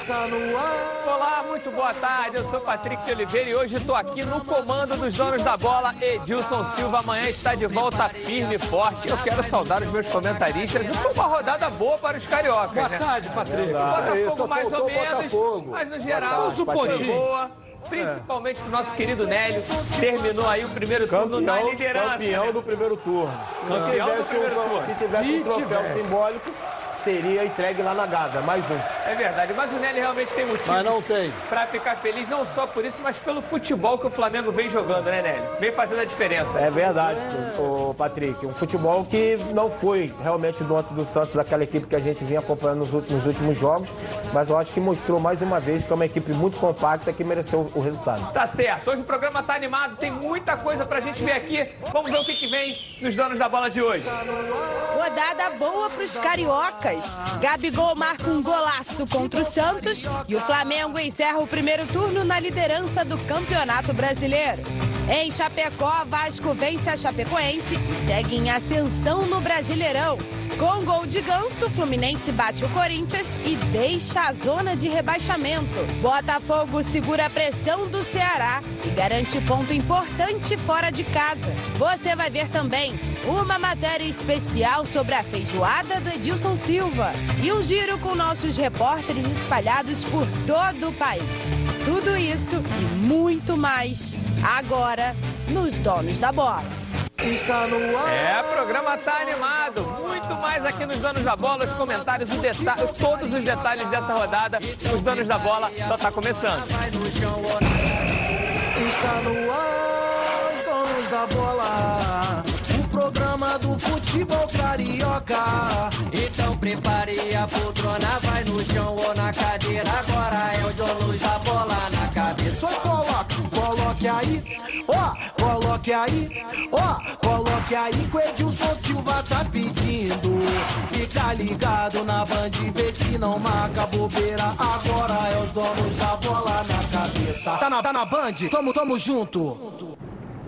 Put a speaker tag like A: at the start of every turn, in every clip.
A: Olá, muito boa tarde, eu sou Patrick de Oliveira e hoje estou aqui no comando dos donos da bola. Edilson Silva amanhã está de volta firme e forte. Eu quero saudar os meus comentaristas. Foi uma rodada boa para os cariocas,
B: Boa tarde, Patrick.
A: Botafogo mais ou menos, mas no geral foi boa. Principalmente pro nosso querido Nélio, terminou aí o primeiro turno na liderança.
C: Campeão do primeiro turno. Se tivesse um troféu simbólico, seria entregue lá na Gávea, mais um.
A: É verdade, mas o Nélio realmente tem motivo.
B: Mas não tem.
A: Pra ficar feliz, não só por isso, mas pelo futebol que o Flamengo vem jogando, né, Nélio? Vem fazendo a diferença.
C: É verdade, o Patrick. Um futebol que não foi realmente do Santos, aquela equipe que a gente vinha acompanhando nos últimos jogos, mas eu acho que mostrou mais uma vez que é uma equipe muito compacta que mereceu o resultado.
A: Tá certo. Hoje o programa tá animado, tem muita coisa pra gente ver aqui. Vamos ver o que vem nos donos da bola de hoje.
D: Rodada boa pros cariocas. Gabigol marca um golaço contra o Santos e o Flamengo encerra o primeiro turno na liderança do Campeonato Brasileiro. Em Chapecó, Vasco vence a Chapecoense e segue em ascensão no Brasileirão. Com gol de Ganso, Fluminense bate o Corinthians e deixa a zona de rebaixamento. Botafogo segura a pressão do Ceará e garante ponto importante fora de casa. Você vai ver também uma matéria especial sobre a feijoada do Edilson Silva e um giro com nossos repórteres espalhados por todo o país. Tudo isso e muito mais agora nos Donos da Bola.
A: O programa tá animado. Muito mais aqui nos Donos da Bola, os comentários, todos os detalhes dessa rodada. Os Donos da Bola só tá começando.
E: Está no ar, os Donos da Bola, o programa do futebol carioca.
F: Então prepare a poltrona, vai no chão ou na cadeira. Agora é os Donos da Bola na cabeça.
E: Só coloque aí, coloque aí, coloque aí que o Edilson Silva tá pedindo. Fica ligado na Band, vê se não marca bobeira. Agora é os Donos da Bola na cabeça. Tá na Band? Tamo junto.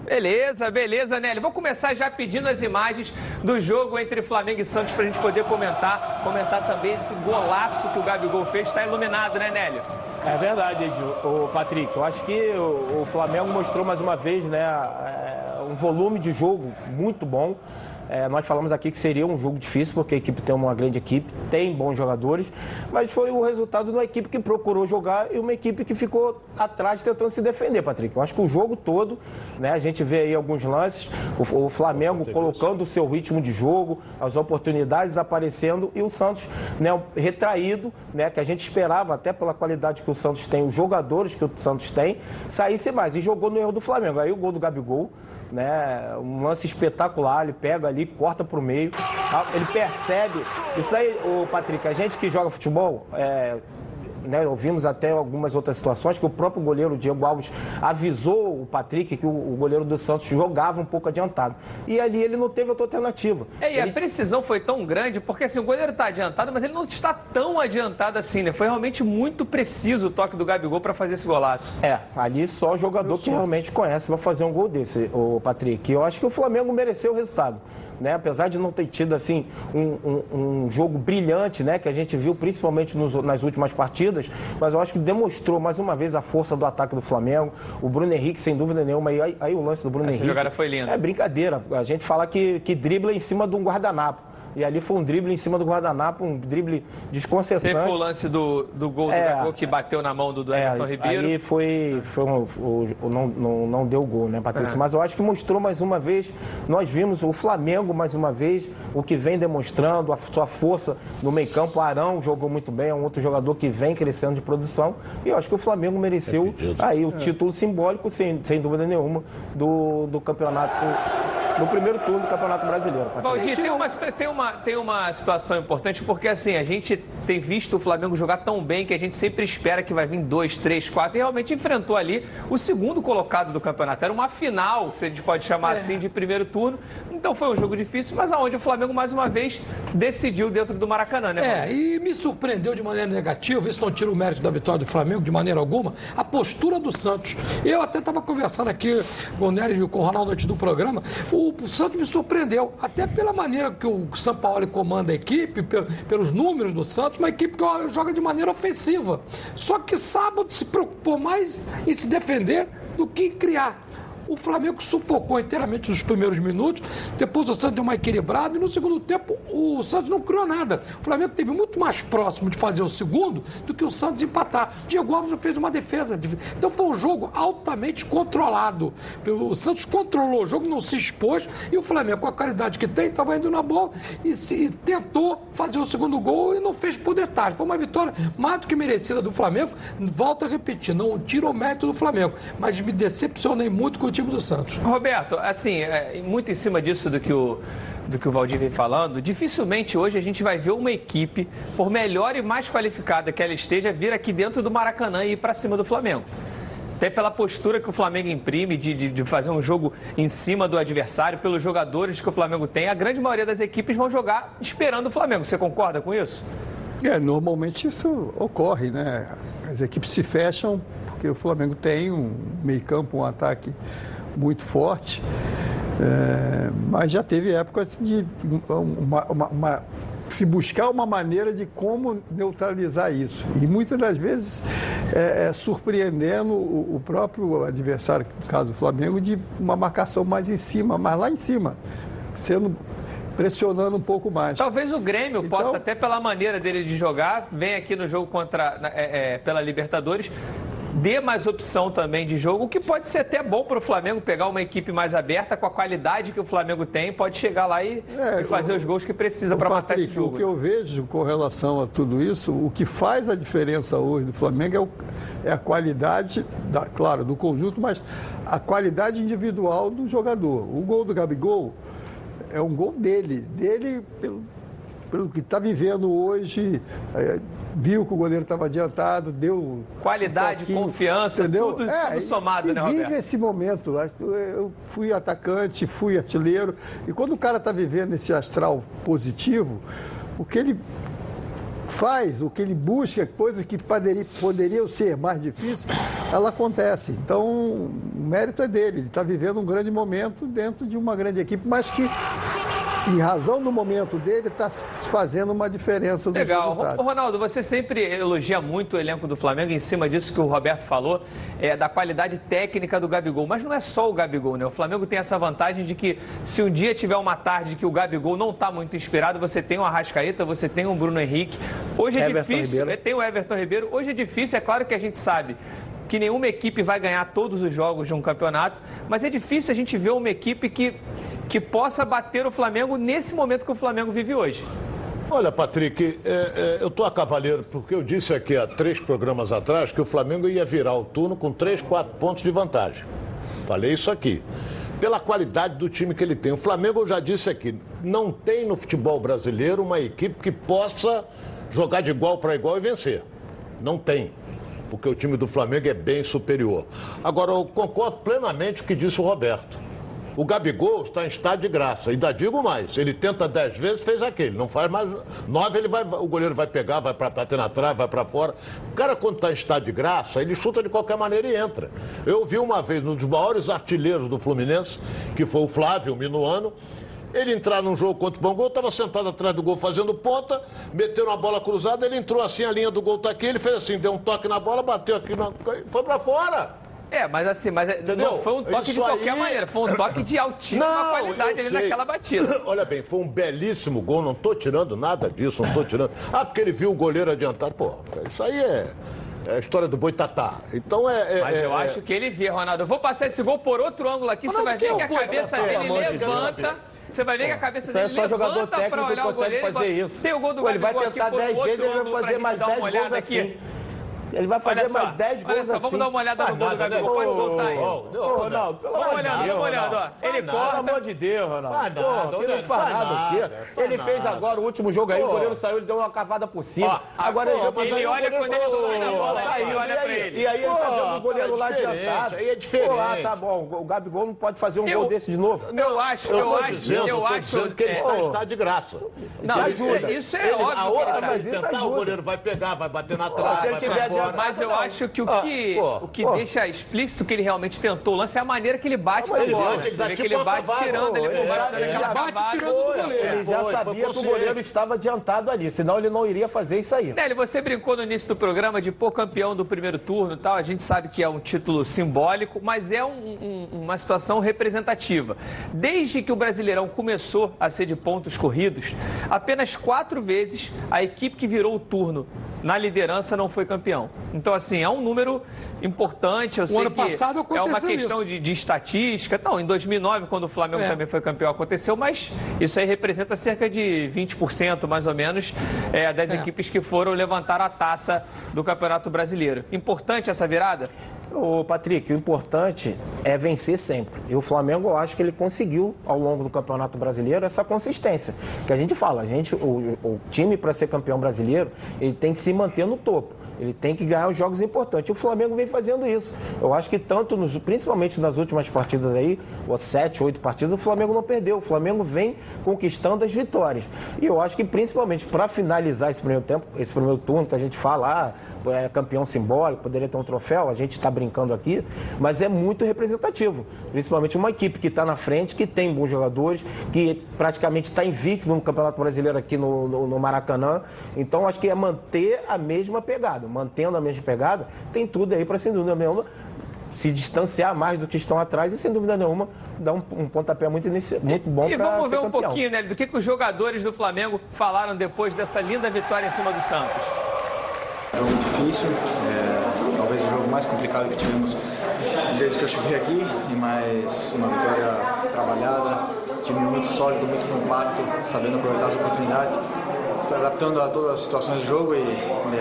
A: Beleza, Nélio. Vou começar já pedindo as imagens do jogo entre Flamengo e Santos pra gente poder comentar também esse golaço que o Gabigol fez. Tá iluminado, né, Nélio?
C: É verdade, o Patrick. Eu acho que o Flamengo mostrou mais uma vez, né, um volume de jogo muito bom. Nós falamos aqui que seria um jogo difícil, porque a equipe tem uma grande equipe, tem bons jogadores, mas foi o resultado de uma equipe que procurou jogar e uma equipe que ficou atrás tentando se defender, Patrick. Eu acho que o jogo todo, né, a gente vê aí alguns lances, o Flamengo colocando o seu ritmo de jogo, as oportunidades aparecendo e o Santos, né, retraído, né, que a gente esperava, até pela qualidade que o Santos tem, os jogadores que o Santos tem, saísse mais e jogou no erro do Flamengo. Aí o gol do Gabigol, né, um lance espetacular, ele pega ali, corta pro meio, ele percebe, isso daí, o Patrick, a gente que joga futebol, né, ouvimos até algumas outras situações que o próprio goleiro Diego Alves avisou o Patrick que o goleiro do Santos jogava um pouco adiantado. E ali ele não teve outra alternativa.
A: E a precisão foi tão grande, porque assim, o goleiro está adiantado, mas ele não está tão adiantado assim, né? Foi realmente muito preciso o toque do Gabigol para fazer esse golaço.
C: Ali só jogador que realmente conhece vai fazer um gol desse, o Patrick. Eu acho que o Flamengo mereceu o resultado. Né? Apesar de não ter tido assim, um jogo brilhante, né? Que a gente viu principalmente nas últimas partidas, mas eu acho que demonstrou mais uma vez a força do ataque do Flamengo. O Bruno Henrique, sem dúvida nenhuma, aí o lance do Bruno Henrique.
A: Essa jogada foi linda.
C: É brincadeira, a gente fala que dribla em cima de um guardanapo. E ali foi um drible em cima do guardanapo, um drible desconcertante.
A: Você foi o lance do gol do Gabigol que bateu na mão do Everton Ribeiro.
C: Aí não deu gol, né, Patrícia? Mas eu acho que mostrou mais uma vez, nós vimos o Flamengo mais uma vez, o que vem demonstrando, a sua força no meio-campo. O Arão jogou muito bem, é um outro jogador que vem crescendo de produção. E eu acho que o Flamengo mereceu aí o título simbólico, sem dúvida nenhuma, do campeonato, no primeiro turno do Campeonato Brasileiro.
A: Valdir, tem uma situação importante, porque assim, a gente tem visto o Flamengo jogar tão bem que a gente sempre espera que vai vir 2, 3, 4, e realmente enfrentou ali o segundo colocado do campeonato. Era uma final, se a gente pode chamar assim, de primeiro turno. Então foi um jogo difícil, mas aonde o Flamengo mais uma vez decidiu dentro do Maracanã, né, Valdir?
B: E me surpreendeu de maneira negativa, isso não tira o mérito da vitória do Flamengo de maneira alguma, a postura do Santos. Eu até estava conversando aqui com o Nélio e com o Ronaldo antes do programa, o o Santos me surpreendeu, até pela maneira que o Sampaoli comanda a equipe, pelos números do Santos, uma equipe que joga de maneira ofensiva. Só que sábado se preocupou mais em se defender do que em criar. O Flamengo sufocou inteiramente nos primeiros minutos, depois o Santos deu uma equilibrada e no segundo tempo o Santos não criou nada. O Flamengo esteve muito mais próximo de fazer o segundo do que o Santos empatar. Diego Alves fez uma defesa. Então foi um jogo altamente controlado. O Santos controlou o jogo, não se expôs e o Flamengo, com a qualidade que tem, estava indo na bola e tentou fazer o segundo gol e não fez por detalhe. Foi uma vitória mais do que merecida do Flamengo. Volto a repetir, não tiro o mérito do Flamengo, mas me decepcionei muito com o time do Santos.
A: Roberto, assim, muito em cima disso do que o Valdir vem falando, dificilmente hoje a gente vai ver uma equipe, por melhor e mais qualificada que ela esteja, vir aqui dentro do Maracanã e ir para cima do Flamengo. Até pela postura que o Flamengo imprime de fazer um jogo em cima do adversário, pelos jogadores que o Flamengo tem, a grande maioria das equipes vão jogar esperando o Flamengo. Você concorda com isso?
G: Normalmente isso ocorre, né? As equipes se fecham porque o Flamengo tem um meio-campo, um ataque muito forte, mas já teve épocas de se buscar uma maneira de como neutralizar isso. E muitas das vezes surpreendendo o próprio adversário, no caso do Flamengo, de uma marcação mais em cima, mais lá em cima, pressionando um pouco mais.
A: Talvez o Grêmio possa, até pela maneira dele de jogar, vem aqui no jogo pela Libertadores, dê mais opção também de jogo, o que pode ser até bom para o Flamengo pegar uma equipe mais aberta, com a qualidade que o Flamengo tem, pode chegar lá e fazer os gols que precisa para matar esse jogo.
G: O que eu vejo com relação a tudo isso, o que faz a diferença hoje do Flamengo é a qualidade, claro, do conjunto, mas a qualidade individual do jogador. O gol do Gabigol é um gol dele pelo que está vivendo hoje, viu que o goleiro estava adiantado, deu
A: qualidade, confiança,
G: entendeu?
A: Tudo somado, né, Roberto?
G: Vive esse momento. Eu fui atacante, fui artilheiro, e quando o cara está vivendo esse astral positivo, o que ele faz, o que ele busca, coisas que poderiam ser mais difíceis, ela acontece. Então, o mérito é dele. Ele está vivendo um grande momento dentro de uma grande equipe, mas que, em razão do momento dele, está fazendo uma diferença dos resultados.
A: Legal. Ronaldo, você sempre elogia muito o elenco do Flamengo, em cima disso que o Roberto falou, da qualidade técnica do Gabigol. Mas não é só o Gabigol, né? O Flamengo tem essa vantagem de que, se um dia tiver uma tarde que o Gabigol não está muito inspirado, você tem o Arrascaeta, você tem o Bruno Henrique. Hoje é difícil, tem o Everton Ribeiro. Hoje é difícil, é claro que a gente sabe que nenhuma equipe vai ganhar todos os jogos de um campeonato, mas é difícil a gente ver uma equipe que possa bater o Flamengo nesse momento que o Flamengo vive hoje.
H: Olha, Patrick, eu estou a cavaleiro porque eu disse aqui há 3 programas atrás que o Flamengo ia virar o turno com 3, 4 pontos de vantagem. Falei isso aqui. Pela qualidade do time que ele tem. O Flamengo, eu já disse aqui, não tem no futebol brasileiro uma equipe que possa jogar de igual para igual e vencer. Não tem. Porque o time do Flamengo é bem superior. Agora, eu concordo plenamente com o que disse o Roberto. O Gabigol está em estado de graça. Ainda digo mais, ele tenta 10 vezes, fez aquele. Não faz mais 9, o goleiro vai pegar, vai para bater na trave, vai para fora. O cara, quando está em estado de graça, ele chuta de qualquer maneira e entra. Eu vi uma vez, um dos maiores artilheiros do Fluminense, que foi o Flávio Minuano, ele entrar num jogo contra o Bangu, estava sentado atrás do gol fazendo ponta, meteu uma bola cruzada, ele entrou assim, a linha do gol está aqui, ele fez assim, deu um toque na bola, bateu aqui, foi para fora.
A: Mas assim, não foi um toque de qualquer maneira, foi um toque de altíssima qualidade ali naquela batida.
H: Olha bem, foi um belíssimo gol, não estou tirando nada disso, não estou tirando. Porque ele viu o goleiro adiantado. Pô, isso aí é a história do Boitatá. Então
A: Mas eu acho que ele via, Ronaldo. Eu vou passar esse gol por outro ângulo aqui, você vai ver que a cabeça dele levanta. Você vai ver que a cabeça dele levanta.
C: Isso é só jogador técnico que consegue fazer isso.
A: Tem o gol do Gabigol.
C: Ele vai tentar 10 vezes, ele vai fazer mais 10 gols assim. Ele vai fazer mais 10 gols assim.
A: Vamos dar uma olhada no gol do Gabigol. Pode soltar aí.
C: Ronaldo, pelo amor de Deus.
A: Dá uma olhada, ó. Ele corta.
C: Pelo amor de Deus, Ronaldo. Ele não faz nada aqui. Ele fez agora o último jogo aí, o goleiro saiu, ele deu uma cavada por cima. Agora
A: ele olha quando ele sai na bola, ele olha pra ele.
C: E aí ele tá vendo o goleiro lá adiantado.
H: Aí é diferente.
C: Tá bom, o Gabigol não pode fazer um gol desse de novo.
A: Eu acho
H: que ele está em estado de graça.
A: Não, isso é óbvio.
H: A outra vai tentar, o goleiro vai pegar, vai bater na trave.
C: Se ele tiver
A: Mas eu acho que o que deixa explícito que ele realmente tentou o lance é a maneira que ele bate na bola. Você vê que ele bate tirando, ele bate tirando do goleiro.
C: Ele já sabia que o goleiro estava adiantado ali, senão ele não iria fazer isso aí.
A: Nélio, você brincou no início do programa de campeão do primeiro turno e tal, a gente sabe que é um título simbólico, mas é uma situação representativa. Desde que o Brasileirão começou a ser de pontos corridos, apenas 4 vezes a equipe que virou o turno na liderança não foi campeão. Então, assim, é um número importante. Eu sei
B: ano passado
A: que é uma questão de estatística. Não, em 2009, quando o Flamengo também foi campeão, aconteceu, mas isso aí representa cerca de 20%, mais ou menos, das equipes que foram levantar a taça do Campeonato Brasileiro. Importante essa virada?
C: Ô, Patrick, o importante é vencer sempre. E o Flamengo, eu acho que ele conseguiu, ao longo do Campeonato Brasileiro, essa consistência. Que a gente fala, o time, para ser campeão brasileiro, ele tem que se manter no topo. Ele tem que ganhar os jogos importantes. E o Flamengo vem fazendo isso. Eu acho que principalmente nas últimas partidas aí, ou 7, 8 partidas, o Flamengo não perdeu. O Flamengo vem conquistando as vitórias. E eu acho que principalmente para finalizar esse primeiro turno, que a gente fala, é campeão simbólico, poderia ter um troféu, a gente está brincando aqui, mas é muito representativo. Principalmente uma equipe que está na frente, que tem bons jogadores, que praticamente está invicto no Campeonato Brasileiro aqui no Maracanã. Então, acho que é manter a mesma pegada. Mantendo a mesma pegada, tem tudo aí para, sem dúvida nenhuma, se distanciar mais do que estão atrás e, sem dúvida nenhuma, dar um pontapé muito bom para ser campeão.
A: E vamos ver um pouquinho, né, do que os jogadores do Flamengo falaram depois dessa linda vitória em cima do Santos.
I: Jogo difícil, talvez o jogo mais complicado que tivemos desde que eu cheguei aqui, e mais uma vitória trabalhada, time muito sólido, muito compacto, sabendo aproveitar as oportunidades, se adaptando a todas as situações do jogo e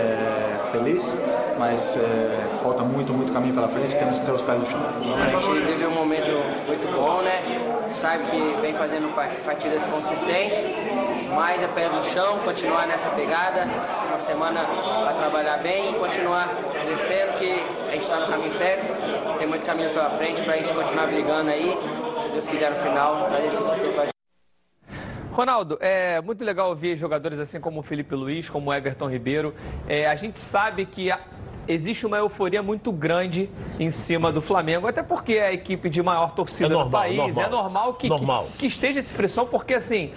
I: feliz, mas falta muito caminho pela frente, temos que ter os pés no chão.
J: A gente viveu um momento muito bom, né? Sabe que vem fazendo partidas consistentes, mais é pés no chão, continuar nessa pegada, uma semana para trabalhar bem e continuar crescendo, que a gente está no caminho certo, tem muito caminho pela frente para a gente continuar brigando aí, se Deus quiser no final, trazer esse título para a gente.
A: Ronaldo, é muito legal ouvir jogadores assim como o Felipe Luiz, como o Everton Ribeiro. A gente sabe que existe uma euforia muito grande em cima do Flamengo, até porque é a equipe de maior torcida do país. É normal que esteja essa pressão, porque assim,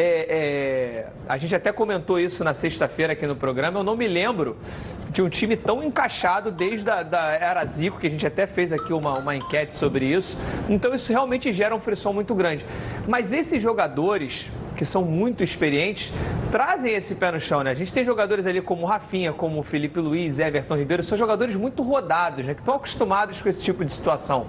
A: a gente até comentou isso na sexta-feira aqui no programa, eu não me lembro de um time tão encaixado desde a era Zico, que a gente até fez aqui uma enquete sobre isso. Então isso realmente gera um frisson muito grande. Mas esses jogadores, que são muito experientes, trazem esse pé no chão, né? A gente tem jogadores ali como o Rafinha, como o Felipe Luiz, Everton Ribeiro, são jogadores muito rodados, né? Que estão acostumados com esse tipo de situação.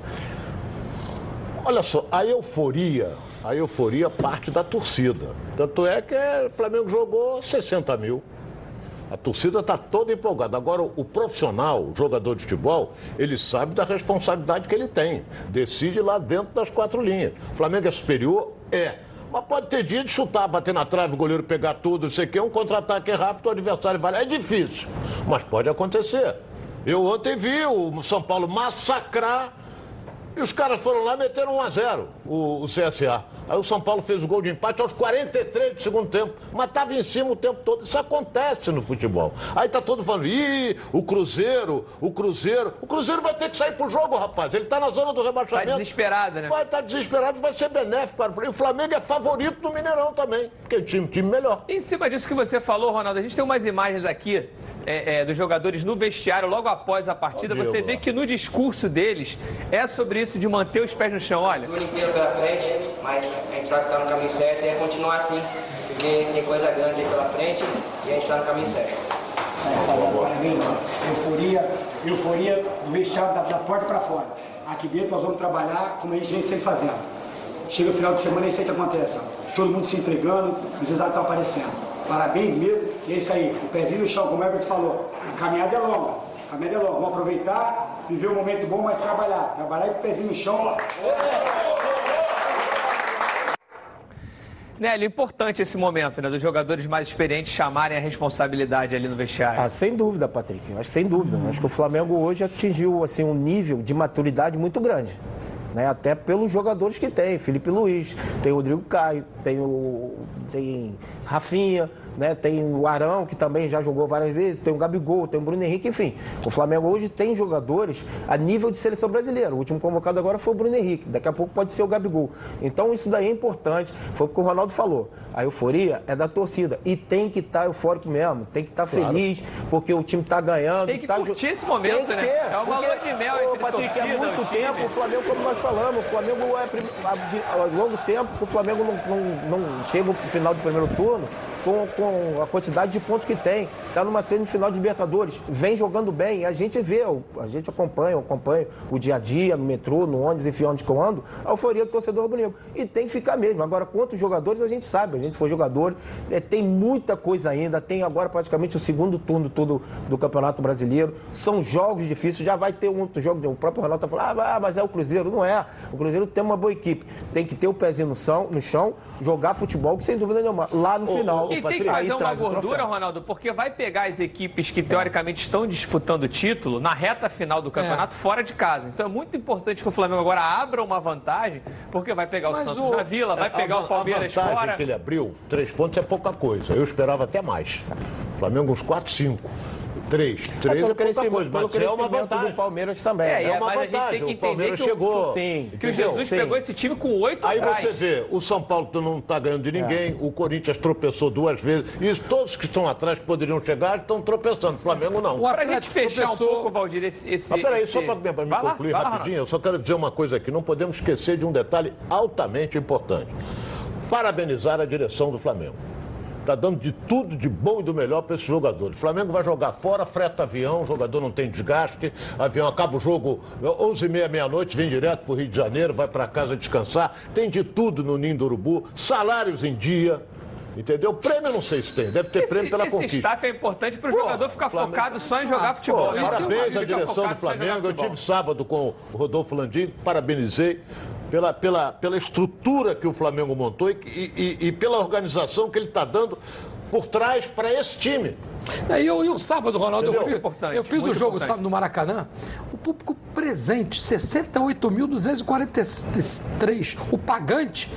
H: Olha só, a euforia parte da torcida. Tanto é que o Flamengo jogou 60 mil. A torcida está toda empolgada. Agora, o profissional, o jogador de futebol, ele sabe da responsabilidade que ele tem. Decide lá dentro das 4 linhas. O Flamengo é superior? Mas pode ter dia de chutar, bater na trave, o goleiro pegar tudo, não sei o quê, um contra-ataque rápido, o adversário vai lá. É difícil, mas pode acontecer. Eu ontem vi o São Paulo massacrar e os caras foram lá e meteram 1-0, o CSA. Aí o São Paulo fez o gol de empate aos 43 do segundo tempo, mas estava em cima o tempo todo. Isso acontece no futebol. Aí tá todo falando, o Cruzeiro vai ter que sair pro jogo, rapaz. Ele tá na zona do rebaixamento.
A: Tá desesperado, né?
H: Vai estar desesperado, vai ser benéfico para o Flamengo. E o Flamengo é favorito do Mineirão também, porque é time melhor.
A: Em cima disso que você falou, Ronaldo, a gente tem umas imagens aqui dos jogadores no vestiário logo após a partida. Você vê que no discurso deles é sobre isso de manter os pés no chão, olha.
J: O mundo inteiro pela frente, mas a gente sabe que está no caminho certo e é continuar assim, porque tem coisa grande aí pela frente e a gente está no caminho certo.
K: Euforia do vestiário da porta para fora. Aqui dentro nós vamos trabalhar como a gente vem sempre fazendo. Chega o final de semana e é isso aí que acontece. Todo mundo se entregando, os resultados estão aparecendo. Parabéns mesmo, e é isso aí, o pezinho no chão, como o Everton falou, a caminhada é longa, vamos aproveitar, viver um momento bom, mas trabalhar com o pezinho no chão.
A: Nélio, importante esse momento, né, dos jogadores mais experientes chamarem a responsabilidade ali no vestiário.
C: Sem dúvida, Patrick, sem dúvida. Acho que o Flamengo hoje atingiu assim, um nível de maturidade muito grande. Né, até pelos jogadores que tem, Felipe Luiz, tem o Rodrigo Caio, tem Rafinha, né? Tem o Arão, que também já jogou várias vezes, tem o Gabigol, tem o Bruno Henrique, enfim. O Flamengo hoje tem jogadores a nível de seleção brasileira. O último convocado agora foi o Bruno Henrique, daqui a pouco pode ser o Gabigol. Então isso daí é importante, foi o que o Ronaldo falou. A euforia é da torcida e tem que estar eufórico mesmo, tem que estar feliz, porque o time está ganhando.
A: Tem que curtir esse momento, né? É uma lua de mel entre
C: Patrick,
A: torcida,
C: há muito tempo, o Flamengo, como nós falamos, o Flamengo há longo tempo que o Flamengo não chega no final do primeiro turno com a quantidade de pontos que tem. Está numa semifinal de Libertadores, vem jogando bem, a gente vê, a gente acompanha o dia a dia, no metrô, no ônibus, enfim, onde que eu ando, a euforia do torcedor rubro-negro. E tem que ficar mesmo. Agora, quantos jogadores a gente sabe, a gente foi jogador, tem muita coisa ainda, tem agora praticamente o segundo turno todo do Campeonato Brasileiro, são jogos difíceis, já vai ter um outro jogo, o próprio Ronaldo está falando, mas é o Cruzeiro, não é. O Cruzeiro tem uma boa equipe, tem que ter o pezinho no chão, jogar futebol, que sem dúvida nenhuma, lá no final.
A: E tem que fazer uma gordura, Ronaldo, porque vai pegar as equipes que teoricamente estão disputando o título na reta final do campeonato fora de casa. Então é muito importante que o Flamengo agora abra uma vantagem, porque vai pegar o Santos na Vila, vai pegar o Palmeiras fora.
H: A vantagem que ele abriu, 3 pontos é pouca coisa. Eu esperava até mais. Flamengo uns 4, 5. 3 é pouca coisa, mas é uma vantagem.
C: Do Palmeiras também.
H: É uma vantagem.
A: A gente tem que entender
H: o Palmeiras chegou.
A: Que o Jesus pegou esse time com 8
H: Aí
A: atrás.
H: você vê, o São Paulo não está ganhando de ninguém, o Corinthians tropeçou 2 vezes, e todos que estão atrás que poderiam chegar estão tropeçando. O Flamengo não.
A: Para a gente fechar um pouco, Valdir,
H: peraí, só para me concluir rapidinho, eu só quero dizer uma coisa aqui, não podemos esquecer de um detalhe altamente importante. Parabenizar a direção do Flamengo. Está dando de tudo de bom e do melhor para esses jogadores. O Flamengo vai jogar fora, freta avião, o jogador não tem desgaste, avião acaba o jogo 11h30, meia-noite, vem direto para o Rio de Janeiro, vai para casa descansar, tem de tudo no Ninho do Urubu, salários em dia. Entendeu? Prêmio eu não sei se tem, deve ter prêmio pela conquista.
A: Esse staff é importante para o jogador ficar focado só em jogar futebol.
H: Parabéns à direção do Flamengo. Eu tive sábado com o Rodolfo Landim, parabenizei pela estrutura que o Flamengo montou e pela organização que ele está dando por trás para esse time.
B: E o sábado, Ronaldo, eu fiz o jogo sábado no Maracanã, o público presente, 68.243, o pagante,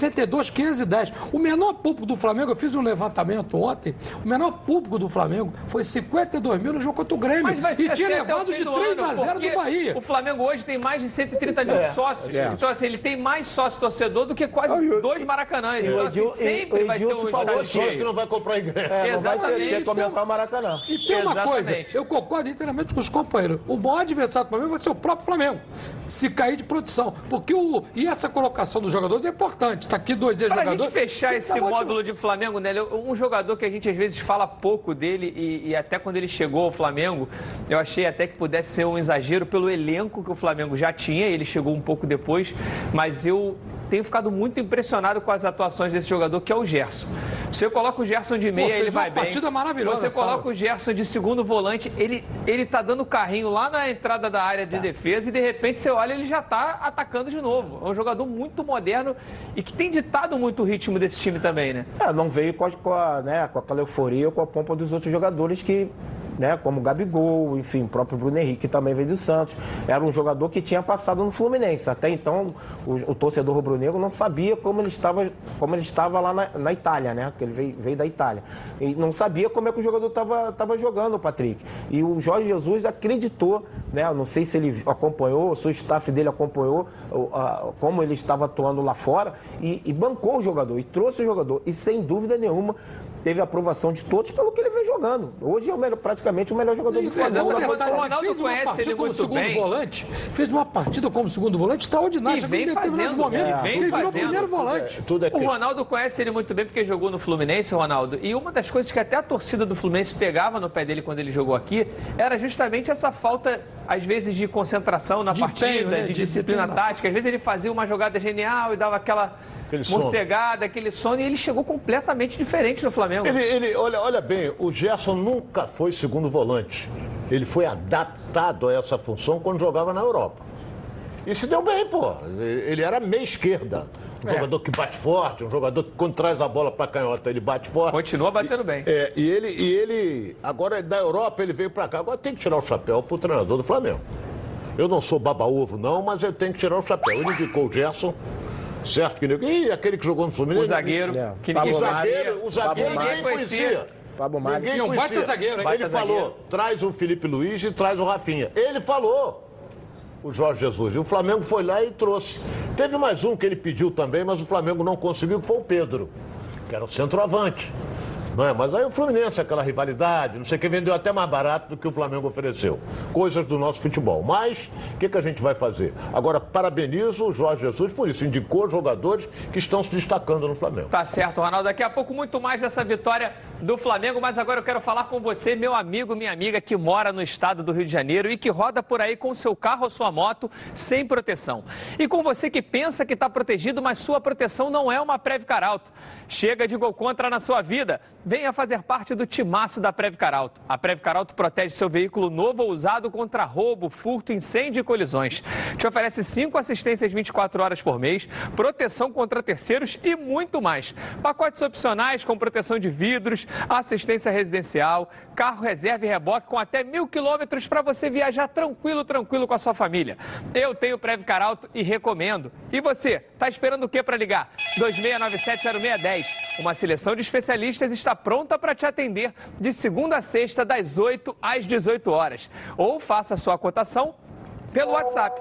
B: 62.510. O menor público do Flamengo, eu fiz um levantamento ontem, o menor público do Flamengo foi 52 mil no jogo contra o Grêmio.
A: Mas vai ser
B: e tinha levado de 3-0 do Bahia.
A: O Flamengo hoje tem mais de 130 mil sócios. Então, assim, ele tem mais sócio-torcedor do que quase 2 Maracanãs. Então, assim, sempre vai ter um
H: falou que não vai comprar ingresso.
C: Exatamente. Comentar o Maracanã.
B: E tem uma coisa, eu concordo inteiramente com os companheiros. O maior adversário do Flamengo vai ser o próprio Flamengo, se cair de produção. Porque e essa colocação dos jogadores é importante. Está aqui 2 ex-jogadores.
A: Para a gente fechar esse módulo de Flamengo, né? Um jogador que a gente às vezes fala pouco dele e até quando ele chegou ao Flamengo, eu achei até que pudesse ser um exagero pelo elenco que o Flamengo já tinha. Ele chegou um pouco depois, mas eu tenho ficado muito impressionado com as atuações desse jogador, que é o Gerson. Você coloca o Gerson de meia, ele vai bem.
B: Partida maravilhosa.
A: Você coloca o Gerson de segundo volante, ele tá dando carrinho lá na entrada da área de defesa e de repente você olha, ele já tá atacando de novo. É um jogador muito moderno e que tem ditado muito o ritmo desse time também, né?
C: Não veio com aquela euforia, com a pompa dos outros jogadores que... como o Gabigol, enfim, o próprio Bruno Henrique, que também veio do Santos. Era um jogador que tinha passado no Fluminense. Até então, o torcedor rubro-negro não sabia como ele estava lá na Itália, né? Porque ele veio da Itália. E não sabia como é que o jogador estava jogando, o Patrick. E o Jorge Jesus acreditou, né? Não sei se ele acompanhou, se o staff dele acompanhou como ele estava atuando lá fora e bancou o jogador, e trouxe o jogador. E sem dúvida nenhuma, teve a aprovação de todos pelo que ele vem jogando. Hoje é praticamente o melhor jogador do Flamengo.
A: O Ronaldo conhece ele muito bem.
B: Fez uma partida como segundo volante extraordinária.
A: E vem fazendo. Ele virou primeiro volante. O Ronaldo conhece ele muito bem porque jogou no Fluminense, Ronaldo. E uma das coisas que até a torcida do Fluminense pegava no pé dele quando ele jogou aqui era justamente essa falta, às vezes, de concentração na partida, de disciplina tática. Às vezes ele fazia uma jogada genial e dava aquela morcegada, aquele sono, e ele chegou completamente diferente no Flamengo.
H: Olha bem, o Gerson nunca foi segundo volante. Ele foi adaptado a essa função quando jogava na Europa. E se deu bem, pô. Ele era meia esquerda. Um jogador que bate forte, um jogador que quando traz a bola para canhota, ele bate forte.
A: Continua batendo bem.
H: E ele, agora da Europa, ele veio para cá. Agora tem que tirar o chapéu pro treinador do Flamengo. Eu não sou baba-ovo, não, mas eu tenho que tirar o chapéu. Ele indicou o Gerson. Certo? E aquele que jogou no Fluminense?
A: O zagueiro. Que ninguém
H: o zagueiro ninguém conhecia. Ninguém conhecia.
B: Baita zagueiro, hein?
H: Ele falou, traz o Felipe Luiz e traz o Rafinha. Ele falou. O Jorge Jesus. E o Flamengo foi lá e trouxe. Teve mais um que ele pediu também, mas o Flamengo não conseguiu, que foi o Pedro, que era o centroavante. Não é? Mas aí o Fluminense, aquela rivalidade, não sei o que, vendeu até mais barato do que o Flamengo ofereceu. Coisas do nosso futebol. Mas, o que a gente vai fazer? Agora, parabenizo o Jorge Jesus por isso. Indicou jogadores que estão se destacando no Flamengo.
A: Tá certo, Ronaldo. Daqui a pouco muito mais dessa vitória do Flamengo, mas agora eu quero falar com você, meu amigo, minha amiga, que mora no estado do Rio de Janeiro e que roda por aí com seu carro ou sua moto sem proteção. E com você que pensa que está protegido, mas sua proteção não é uma Previcar Auto. Chega de Gol Contra na sua vida. Venha fazer parte do timaço da Previcar Auto. A Previcar Auto protege seu veículo novo ou usado contra roubo, furto, incêndio e colisões. Te oferece 5 assistências 24 horas por mês, proteção contra terceiros e muito mais. Pacotes opcionais com proteção de vidros, assistência residencial, carro reserva e reboque com até 1.000 quilômetros para você viajar tranquilo com a sua família. Eu tenho Previcar Auto e recomendo. E você, tá esperando o que para ligar? 26970610. Uma seleção de especialistas está pronta para te atender de segunda a sexta, das 8 às 18 horas. Ou faça a sua cotação pelo WhatsApp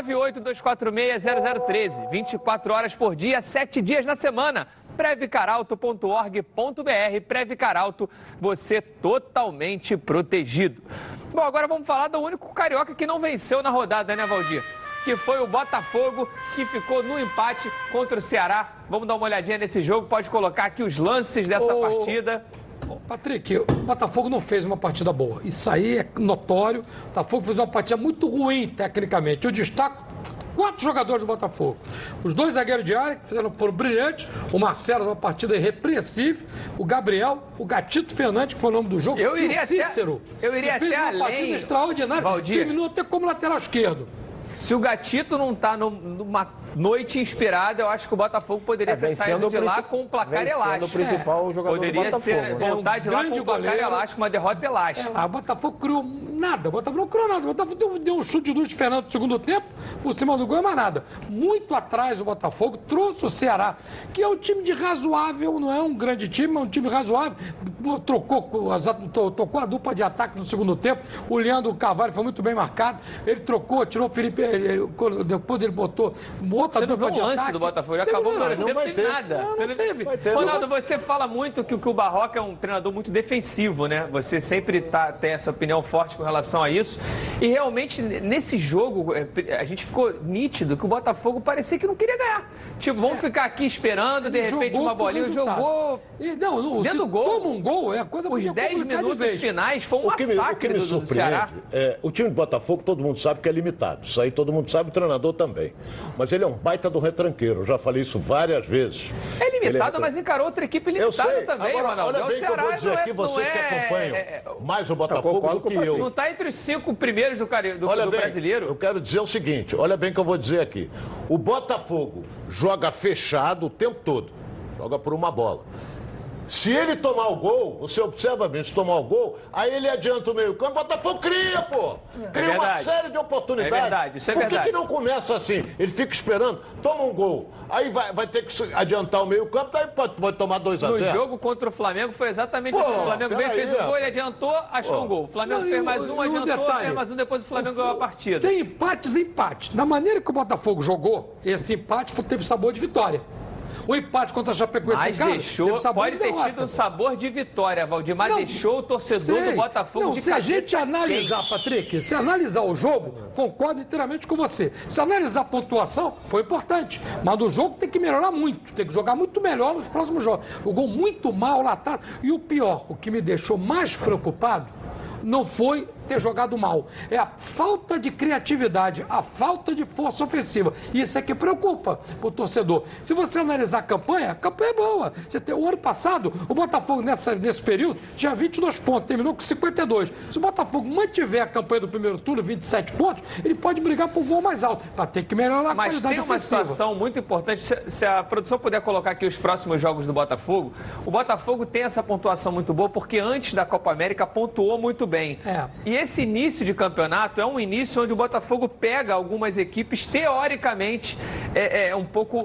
A: 982460013. 24 horas por dia, 7 dias na semana. Previcarauto.org.br. Previcar Auto, você totalmente protegido. Bom, agora vamos falar do único carioca que não venceu na rodada, né, Valdir? Que foi o Botafogo, que ficou no empate contra o Ceará. Vamos dar uma olhadinha nesse jogo, pode colocar aqui os lances dessa partida.
B: Patrick, o Botafogo não fez uma partida boa. Isso aí é notório. O Botafogo fez uma partida muito ruim, tecnicamente. Eu destaco 4 jogadores do Botafogo. Os 2 zagueiros de área, que foram brilhantes. O Marcelo, uma partida irrepreensível. O Gabriel, o Gatito Fernandes, que foi o nome do jogo.
A: Eu iria
B: e o Cícero.
A: Eu iria
B: fez
A: até
B: uma partida extraordinária.
A: Valdir,
B: terminou até como lateral esquerdo.
A: Se o Gatito não está numa noite inspirada, eu acho que o Botafogo poderia ter saído de lá com um placar elástico.
C: O principal jogador
A: poderia
C: do Botafogo.
A: Ser voltar de lá com um placar elástico, uma derrota elástica.
B: O Botafogo criou nada. O Botafogo não criou nada. O Botafogo deu um chute de luz de Fernando no segundo tempo, por cima do gol, mas nada. Muito atrás o Botafogo trouxe o Ceará, que é um time de razoável, não é um grande time, é um time razoável. Tocou a dupla de ataque no segundo tempo. O Leandro Carvalho foi muito bem marcado. Ele trocou, tirou o Felipe. Depois ele botou outra dupla de ataque. Você não viu o lance do
A: Botafogo? Ele acabou não teve nada.
B: Não teve.
A: Ronaldo, você fala muito que o Barroca é um treinador muito defensivo, né? Você sempre tem essa opinião forte com relação a isso. E realmente, nesse jogo, a gente ficou nítido que o Botafogo parecia que não queria ganhar. Tipo, vamos ficar aqui esperando, de repente uma bolinha, jogou dentro do gol.
B: Toma um gol, é a coisa.
A: Os 10 minutos finais foi um massacre do Ceará.
H: O time do Botafogo, todo mundo sabe que é limitado. Isso aí todo mundo sabe, o treinador também. Mas ele é um baita do retranqueiro, eu já falei isso várias vezes.
A: É limitado, mas encarou outra equipe limitada também,
H: agora,
A: Ronaldo.
H: Olha bem o que eu vou dizer aqui, vocês que acompanham mais o Botafogo do que eu.
A: Não está entre os 5 primeiros do brasileiro.
H: Eu quero dizer o seguinte, olha bem o que eu vou dizer aqui. O Botafogo joga fechado o tempo todo, joga por uma bola. Se ele tomar o gol, você observa bem, se tomar o gol, aí ele adianta o meio-campo, o Botafogo cria, pô! Cria uma série de oportunidades.
A: É verdade, isso é verdade.
H: Por que não começa assim? Ele fica esperando, toma um gol, aí vai ter que adiantar o meio-campo, aí pode tomar 2-0.
A: No jogo contra o Flamengo foi exatamente assim. O Flamengo veio, fez um gol, ele adiantou, achou um gol. O Flamengo fez mais um, adiantou, fez mais um, depois o Flamengo ganhou a partida.
B: Tem empates e empates. Na maneira que o Botafogo jogou, esse empate teve sabor de vitória. O empate contra a Chapecoense em casa
A: pode ter tido um sabor de vitória, Valdir, mas deixou o torcedor do Botafogo de cabeça.
B: Se a gente analisar, Patrick, se analisar o jogo, concordo inteiramente com você. Se analisar a pontuação, foi importante. Mas no jogo tem que melhorar muito, tem que jogar muito melhor nos próximos jogos. Jogou muito mal lá atrás. E o pior, o que me deixou mais preocupado, não foi ter jogado mal. É a falta de criatividade, a falta de força ofensiva. Isso é que preocupa o torcedor. Se você analisar a campanha é boa. O ano passado, o Botafogo, nesse período, tinha 22 pontos, terminou com 52. Se o Botafogo mantiver a campanha do primeiro turno, 27 pontos, ele pode brigar por um voo mais alto. Vai ter que melhorar a qualidade ofensiva.
A: Mas tem uma situação muito importante. Se a produção puder colocar aqui os próximos jogos do Botafogo, o Botafogo tem essa pontuação muito boa, porque antes da Copa América pontuou muito bem. E esse início de campeonato é um início onde o Botafogo pega algumas equipes, teoricamente, um pouco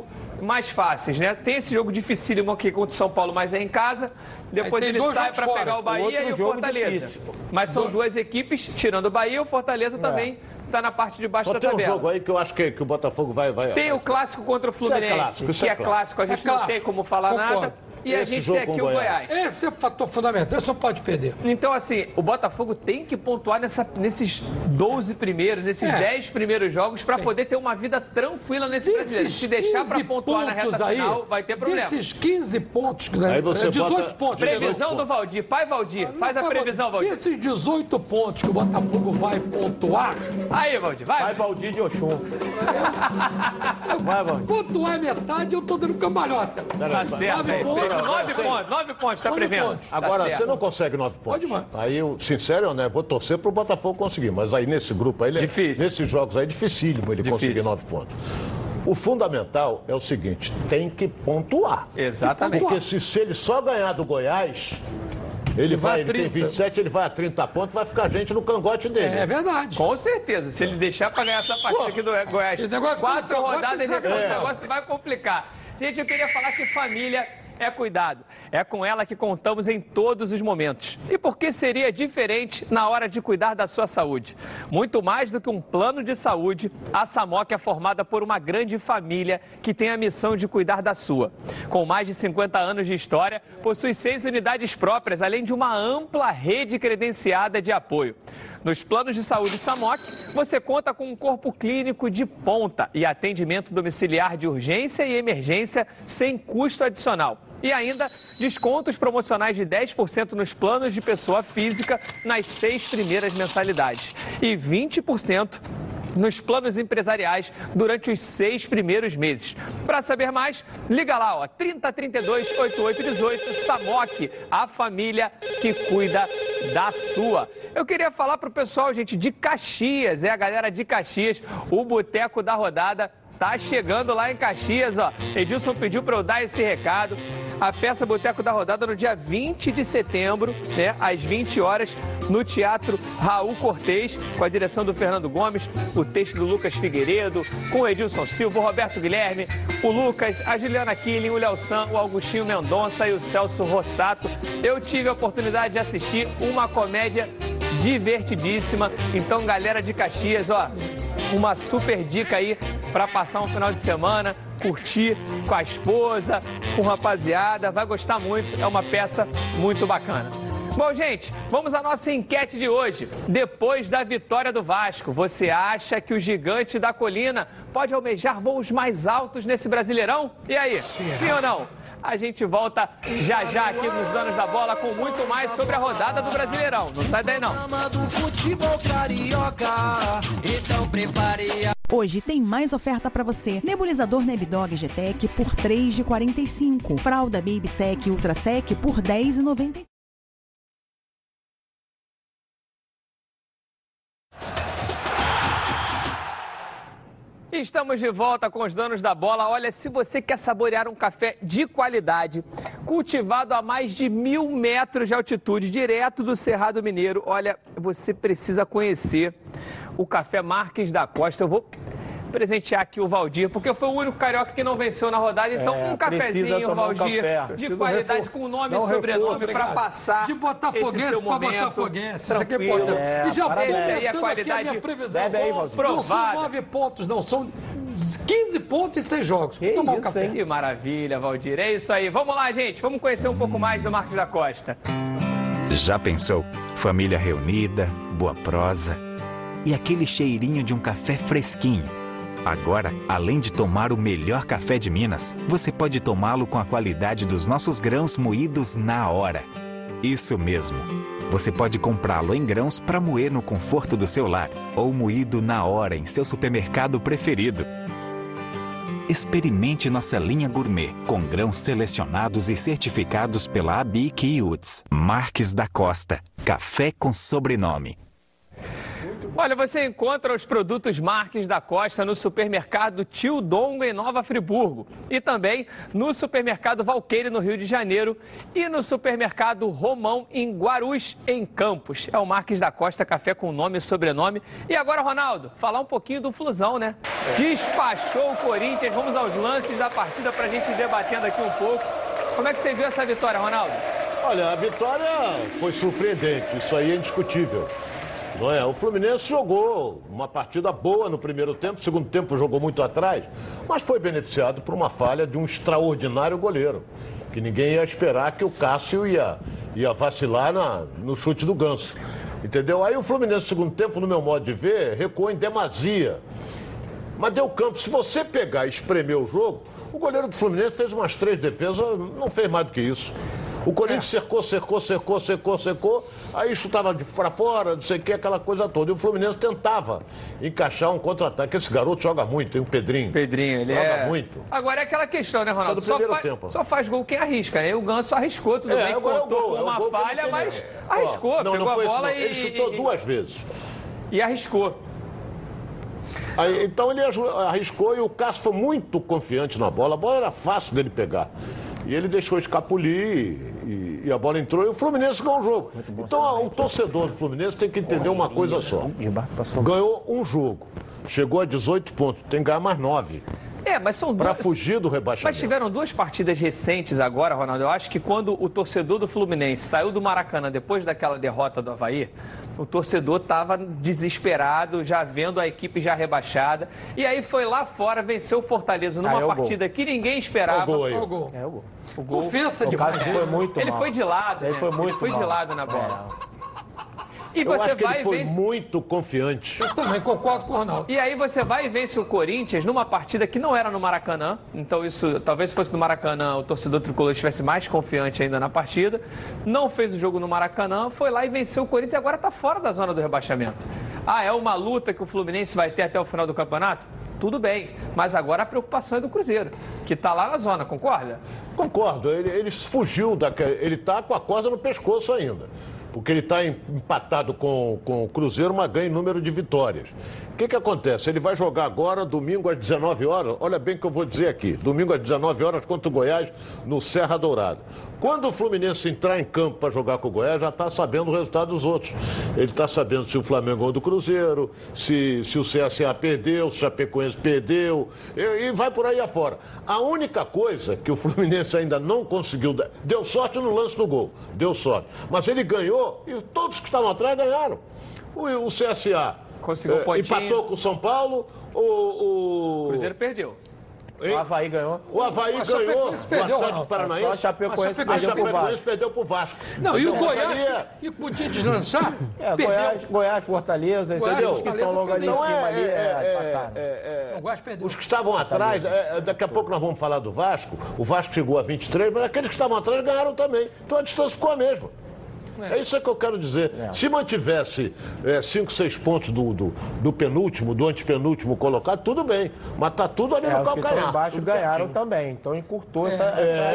A: mais fáceis, né? Tem esse jogo dificílimo aqui contra o São Paulo, mas é em casa. Depois ele sai para pegar o Bahia e o Fortaleza. Mas são duas equipes, tirando o Bahia, o Fortaleza também está na parte de baixo da tabela.
H: Tem um jogo aí que eu acho que o Botafogo vai...
A: Tem o clássico contra o Fluminense, que é clássico, a gente não tem como falar nada. E a gente tem aqui o Goiás.
B: Esse é o fator fundamental, isso não pode perder.
A: Então, assim, o Botafogo tem que pontuar nesses 12 primeiros, nesses 10 primeiros jogos, para poder ter uma vida tranquila nesse brasileiro. Se deixar para pontuar na reta final, vai ter problema.
B: Desses 15 pontos, né?
H: Aí você
B: 18 pontos.
A: Previsão do Valdir. Pai Valdir, faz a previsão, Valdir.
B: Esses 18 pontos que o Botafogo vai pontuar...
A: Aí, Valdir, vai.
C: Pai Valdir de Oxum. Vai, Valdir.
B: Pontuar metade, eu tô dando cambalhota.
A: Tá certo, 9 pontos, tá prevendo.
H: Agora, você não consegue 9 pontos. Aí, sincero, né? Vou torcer pro Botafogo conseguir. Mas aí, nesse grupo aí, nesses jogos aí, é dificílimo ele conseguir 9 pontos. O fundamental é o seguinte, tem que pontuar.
A: Exatamente.
H: Porque se ele só ganhar do Goiás... Ele tem 27, ele vai a 30 pontos, vai ficar gente no cangote dele.
B: É verdade.
A: Com certeza. Se ele deixar para ganhar essa partida aqui do Goiás, 4 rodadas depois, o negócio vai complicar. Gente, eu queria falar que família é cuidado. É com ela que contamos em todos os momentos. E por que seria diferente na hora de cuidar da sua saúde? Muito mais do que um plano de saúde, a Samok é formada por uma grande família que tem a missão de cuidar da sua. Com mais de 50 anos de história, possui 6 unidades próprias, além de uma ampla rede credenciada de apoio. Nos planos de saúde Samok, você conta com um corpo clínico de ponta e atendimento domiciliar de urgência e emergência sem custo adicional. E ainda descontos promocionais de 10% nos planos de pessoa física nas 6 primeiras mensalidades e 20% nos planos empresariais durante os 6 primeiros meses. Para saber mais, liga lá, ó, 3032 8818, Samok, a família que cuida da sua. Eu queria falar pro pessoal, gente, de Caxias, a galera de Caxias, o Boteco da Rodada tá chegando lá em Caxias, ó. Edilson pediu para eu dar esse recado. A peça Boteco da Rodada no dia 20 de setembro, né, às 20 horas, no Teatro Raul Cortez, com a direção do Fernando Gomes, o texto do Lucas Figueiredo, com o Edilson Silva, o Roberto Guilherme, o Lucas, a Juliana Killing, o Léo San, o Augustinho Mendonça e o Celso Rossato. Eu tive a oportunidade de assistir uma comédia divertidíssima. Então, galera de Caxias, ó, uma super dica aí para passar um final de semana, curtir com a esposa, com a rapaziada, vai gostar muito, é uma peça muito bacana. Bom, gente, vamos à nossa enquete de hoje. Depois da vitória do Vasco, você acha que o gigante da colina pode almejar voos mais altos nesse Brasileirão? E aí, sim ou não? A gente volta já aqui nos Donos da Bola com muito mais sobre a rodada do Brasileirão. Não sai daí, não.
L: Hoje tem mais oferta para você. Nebulizador Nebdog GTEC por R$ 3,45. Fralda Baby Sec Ultra Sec por R$ 10,95.
A: Estamos de volta com os Donos da Bola. Olha, se você quer saborear um café de qualidade, cultivado a mais de 1.000 metros de altitude, direto do Cerrado Mineiro, olha, você precisa conhecer o Café Marques da Costa. Eu vou presentear aqui o Valdir, porque foi o único carioca que não venceu na rodada. Então, um cafezinho, Valdir, de qualidade, com nome e sobrenome para passar
B: de botafoguense para botafoguense. Isso aqui é importante.
A: E já foi aí a qualidade.
B: Minha previsão. Não são 9 pontos, não. São 15 pontos em 6 jogos.
A: Que tomar um café. Que maravilha, Valdir. É isso aí. Vamos lá, gente. Vamos conhecer um pouco mais do Marques da Costa.
M: Já pensou? Família reunida, boa prosa e aquele cheirinho de um café fresquinho. Agora, além de tomar o melhor café de Minas, você pode tomá-lo com a qualidade dos nossos grãos moídos na hora. Isso mesmo. Você pode comprá-lo em grãos para moer no conforto do seu lar ou moído na hora em seu supermercado preferido. Experimente nossa linha gourmet com grãos selecionados e certificados pela ABIC e UTZ. Marques da Costa. Café com sobrenome.
A: Olha, você encontra os produtos Marques da Costa no supermercado Tio Dongo, em Nova Friburgo. E também no supermercado Valqueire, no Rio de Janeiro. E no supermercado Romão, em Guarus, em Campos. É o Marques da Costa, café com nome e sobrenome. E agora, Ronaldo, falar um pouquinho do Flusão, né? Despachou o Corinthians. Vamos aos lances da partida para a gente ir debatendo aqui um pouco. Como é que você viu essa vitória, Ronaldo?
H: Olha, a vitória foi surpreendente, isso aí é indiscutível. Não é? O Fluminense jogou uma partida boa no primeiro tempo, no segundo tempo jogou muito atrás, mas foi beneficiado por uma falha de um extraordinário goleiro, que ninguém ia esperar que o Cássio ia vacilar no chute do Ganso. Entendeu? Aí o Fluminense, no segundo tempo, no meu modo de ver, recuou em demasia. Mas deu campo. Se você pegar e espremer o jogo, o goleiro do Fluminense fez umas 3 defesas, não fez mais do que isso. O Corinthians cercou, aí chutava para fora, não sei o que, aquela coisa toda. E o Fluminense tentava encaixar um contra-ataque. Esse garoto joga muito, tem o Pedrinho.
A: Ele
H: joga muito.
A: Agora é aquela questão, né, Ronaldo?
H: Só
A: faz gol quem arrisca, né? E o Ganso arriscou, tudo bem, contou com uma falha, mas arriscou, pegou a bola e...
H: Ele chutou 2 vezes.
A: E arriscou.
H: Aí, então ele arriscou e o Cássio foi muito confiante na bola. A bola era fácil dele pegar. E ele deixou escapulir e a bola entrou e o Fluminense ganhou o jogo. Então o torcedor do Fluminense tem que entender uma coisa só. Ganhou um jogo, chegou a 18 pontos, tem que ganhar mais 9.
A: Mas são
H: para fugir do rebaixamento.
A: Mas tiveram 2 partidas recentes agora, Ronaldo. Eu acho que quando o torcedor do Fluminense saiu do Maracanã depois daquela derrota do Avaí, o torcedor estava desesperado, já vendo a equipe já rebaixada. E aí foi lá fora, venceu o Fortaleza numa partida que ninguém esperava.
B: O gol.
A: O gol.
B: Ofensa demais.
C: Foi muito
A: Ele
C: mal.
A: foi de lado,
C: Ele foi muito
A: Ele foi de
C: mal.
A: lado na bola. E
H: Eu
A: você
H: acho que
A: vai
H: ele foi
A: e vence...
H: muito confiante.
B: Eu também concordo com o Ronaldo.
A: E aí você vai e vence o Corinthians numa partida que não era no Maracanã. Então isso, talvez se fosse no Maracanã, o torcedor tricolor estivesse mais confiante ainda na partida. Não fez o jogo no Maracanã, foi lá e venceu o Corinthians e agora está fora da zona do rebaixamento. É uma luta que o Fluminense vai ter até o final do campeonato? Tudo bem, mas agora a preocupação é do Cruzeiro, que está lá na zona, concorda?
H: Concordo, ele fugiu, ele está com a corda no pescoço ainda. Porque ele está empatado com o Cruzeiro, mas ganha em número de vitórias. O que acontece? Ele vai jogar agora, domingo às 19 horas, olha bem o que eu vou dizer aqui, domingo às 19 horas contra o Goiás, no Serra Dourada. Quando o Fluminense entrar em campo para jogar com o Goiás, já está sabendo o resultado dos outros. Ele está sabendo se o Flamengo ganhou do Cruzeiro, se o CSA perdeu, se o Chapecoense perdeu, e vai por aí afora. A única coisa que o Fluminense ainda não conseguiu, deu sorte no lance do gol, deu sorte. Mas ele ganhou e todos que estavam atrás ganharam. O CSA
A: conseguiu um pontinho.
H: Empatou com o São Paulo, o
A: Cruzeiro perdeu.
C: O Avaí ganhou.
H: O Avaí ganhou do Atlético Paranaense.
C: Só a Chapecoense
H: perdeu pro Vasco.
B: Não, e o Goiás, e podia deslanchar?
C: Goiás, Fortaleza, esses que estão logo ali em cima ali,
H: os que estavam atrás, daqui a pouco nós vamos falar do Vasco. O Vasco chegou a 23, mas aqueles que estavam atrás ganharam também. Então a distância ficou a mesma. É isso que eu quero dizer. Se mantivesse 5, 6 pontos do penúltimo, do antepenúltimo colocado, tudo bem. Mas tá tudo ali no calcanhar.
C: Os embaixo ganharam também. Então encurtou essa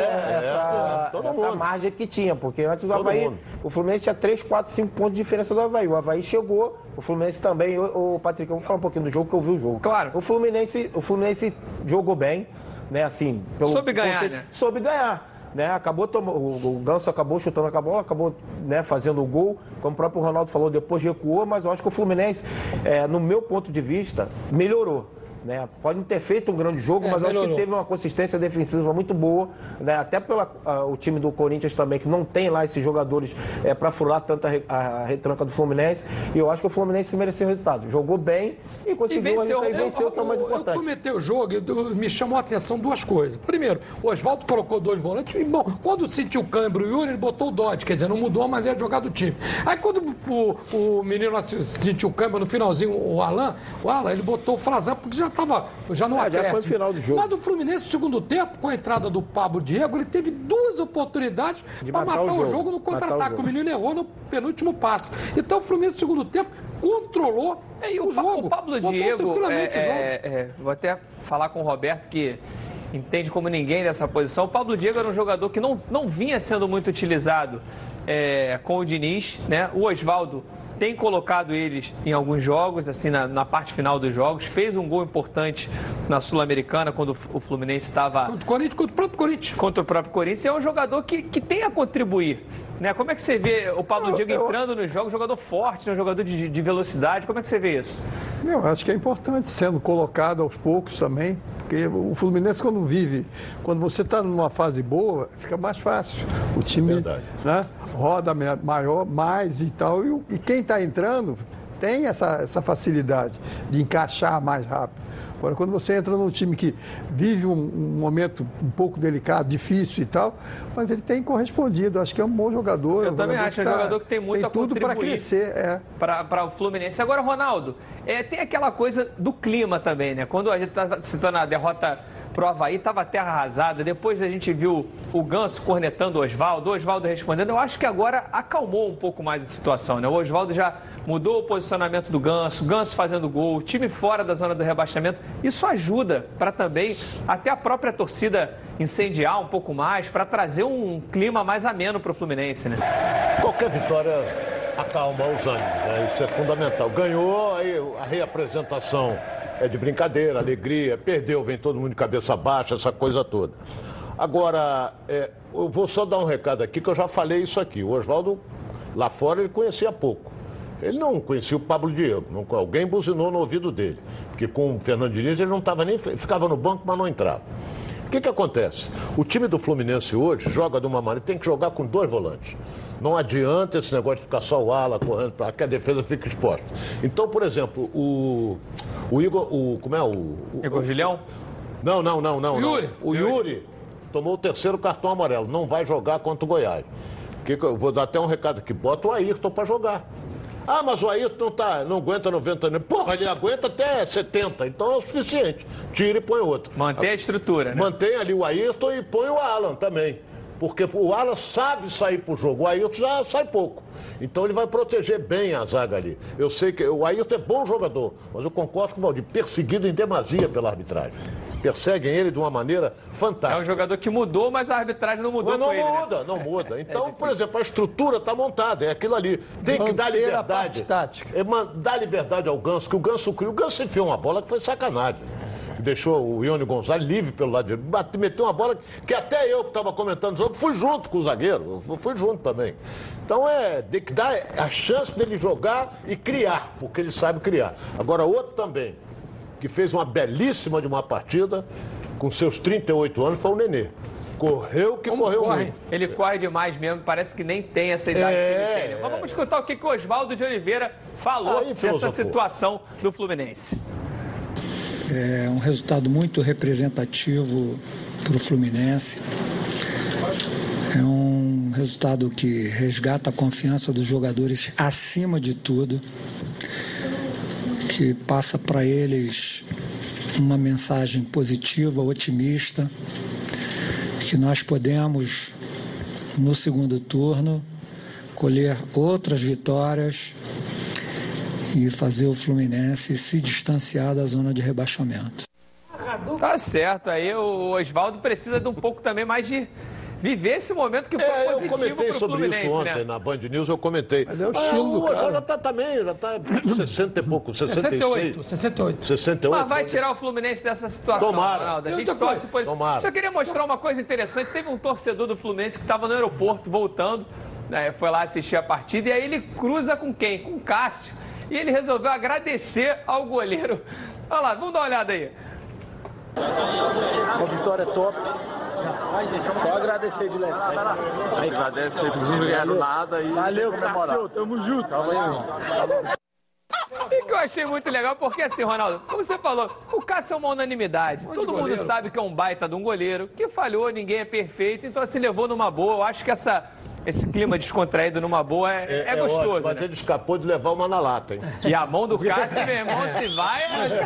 C: margem que tinha. Porque antes do Avaí, o Fluminense tinha 3, 4, 5 pontos de diferença do Avaí. O Avaí chegou, o Fluminense também. O Patrick, vamos falar um pouquinho do jogo, que eu vi o jogo.
A: Claro.
C: O Fluminense jogou bem, né? Assim,
A: soube ganhar, né?
C: Soube ganhar. Né, o Ganso acabou chutando a bola, acabou, né, fazendo o gol, como o próprio Ronaldo falou, depois recuou, mas eu acho que o Fluminense, no meu ponto de vista, melhorou. Né? Pode não ter feito um grande jogo, mas eu acho que teve uma consistência defensiva muito boa, né? Até o time do Corinthians também, que não tem lá esses jogadores para furar tanta a retranca do Fluminense, e eu acho que o Fluminense mereceu o resultado. Jogou bem e conseguiu venceu, que é o mais importante.
B: Eu comentei o jogo e me chamou a atenção 2 coisas. Primeiro, o Oswaldo colocou 2 volantes, e bom, quando sentiu o câmbio e o Yuri, ele botou o Dodge, quer dizer, não mudou a maneira de jogar do time. Aí quando o menino sentiu o câmbio no finalzinho, o Alan, ele botou o Frazan, porque já não acresce.
C: Já foi o final do jogo.
B: Mas o Fluminense, no segundo tempo, com a entrada do Pablo Diego, ele teve 2 oportunidades para matar o jogo no contra-ataque. O menino errou no penúltimo passe. Então o Fluminense, no segundo tempo, controlou o jogo.
A: O Pablo Diego, vou até falar com o Roberto, que entende como ninguém dessa posição. O Pablo Diego era um jogador que não vinha sendo muito utilizado com o Diniz, né? O Oswaldo tem colocado eles em alguns jogos, assim, na parte final dos jogos. Fez um gol importante na Sul-Americana, quando o Fluminense estava...
B: Contra o próprio Corinthians.
A: Contra o próprio Corinthians. É um jogador que tem a contribuir. Né? Como é que você vê o Pablo Diego entrando nos jogos, um jogador forte, um jogador de velocidade? Como é que você vê isso?
G: Eu acho que é importante, sendo colocado aos poucos também, porque o Fluminense, quando você está numa fase boa, fica mais fácil. O time, né, roda mais e tal, e quem está entrando tem essa facilidade de encaixar mais rápido. Agora, quando você entra num time que vive um momento um pouco delicado, difícil e tal, mas ele tem correspondido. Acho que é um bom jogador.
A: Eu também acho, é um jogador que tem muito a contribuir.
G: Tem tudo para crescer,
A: para o Fluminense. Agora, Ronaldo, tem aquela coisa do clima também, né? Quando a gente está citando a derrota pro Avaí, estava terra arrasada. Depois a gente viu o Ganso cornetando o Oswaldo respondendo. Eu acho que agora acalmou um pouco mais a situação, né? O Oswaldo já mudou o posicionamento do Ganso fazendo gol, o time fora da zona do rebaixamento. Isso ajuda para também até a própria torcida incendiar um pouco mais, para trazer um clima mais ameno para o Fluminense, né?
H: Qualquer vitória acalma os ânimos, né? Isso é fundamental. Ganhou, aí a reapresentação é de brincadeira, alegria, perdeu, vem todo mundo de cabeça baixa, essa coisa toda. Agora, eu vou só dar um recado aqui, que eu já falei isso aqui. O Oswaldo, lá fora, ele conhecia pouco. Ele não conhecia o Pablo Diego. Alguém buzinou no ouvido dele. Porque com o Fernando Diniz ele não estava nem... Ficava no banco, mas não entrava. O que acontece? O time do Fluminense hoje joga de uma maneira... Tem que jogar com 2 volantes. Não adianta esse negócio de ficar só o ala correndo para que a defesa fique exposta. Então, por exemplo, o Igor... Como é o...
A: Igor Julião?
H: Não.
B: Yuri.
H: O Yuri tomou o 3º cartão amarelo. Não vai jogar contra o Goiás. Eu vou dar até um recado aqui. Bota o Ayrton para jogar. Ah, mas o Ayrton não aguenta 90 anos. Porra, ele aguenta até 70, então é o suficiente. Tira e põe outro.
A: Mantém a estrutura, né?
H: Mantém ali o Ayrton e põe o Alan também. Porque o Alan sabe sair pro jogo, o Ayrton já sai pouco. Então ele vai proteger bem a zaga ali. Eu sei que o Ayrton é bom jogador, mas eu concordo com o Valdir, perseguido em demasia pela arbitragem. Perseguem ele de uma maneira fantástica.
A: É um jogador que mudou, mas a arbitragem não mudou com ele, né?
H: Não muda. Então, por exemplo, a estrutura está montada, é aquilo ali. Tem que dar liberdade. Dar liberdade ao Ganso, que o Ganso criou. O Ganso enfiou uma bola que foi sacanagem. Deixou o Ione Gonzalez livre pelo lado direito. Meteu uma bola que até eu que estava comentando o jogo fui junto com o zagueiro. Fui junto também. Então tem que dar a chance dele jogar e criar, porque ele sabe criar. Agora, outro também, que fez uma belíssima de uma partida, com seus 38 anos, foi o Nenê. Correu muito.
A: Ele corre demais mesmo, parece que nem tem essa idade que ele tem. Mas vamos escutar o que o Oswaldo de Oliveira falou dessa situação do Fluminense.
N: É um resultado muito representativo para o Fluminense. É um resultado que resgata a confiança dos jogadores acima de tudo, que passa para eles uma mensagem positiva, otimista, que nós podemos, no segundo turno, colher outras vitórias e fazer o Fluminense se distanciar da zona de rebaixamento.
A: Tá certo, aí o Oswaldo precisa de um pouco também mais de viver esse momento que foi positivo.
H: Eu comentei sobre isso ontem, né? Na Band News eu comentei.
G: Mas é o estilo,
H: o Oswaldo já tá 60 e pouco, 66. 68.
A: Mas vai tirar o Fluminense dessa situação,
H: Tomara.
A: Ronaldo. A gente torce por isso.
H: Tomara.
A: Só queria mostrar uma coisa interessante. Teve um torcedor do Fluminense que estava no aeroporto, voltando, né? Foi lá assistir a partida, e aí ele cruza com quem? Com o Cássio. E ele resolveu agradecer ao goleiro. Olha lá, vamos dar uma olhada aí.
O: Uma vitória top. Só agradecer de leve.
P: Aí, agradecer, não ganharam nada e
O: valeu, Cássio, tamo junto.
A: E que eu achei muito legal, porque assim, Ronaldo, como você falou, o Cássio é uma unanimidade. Todo mundo sabe que é um baita de um goleiro, que falhou, ninguém é perfeito, então assim, levou numa boa. Eu acho que esse clima descontraído numa boa é gostoso.
H: Ótimo, mas ele escapou de levar uma na lata, hein?
A: E a mão do Cássio, meu irmão, se vai...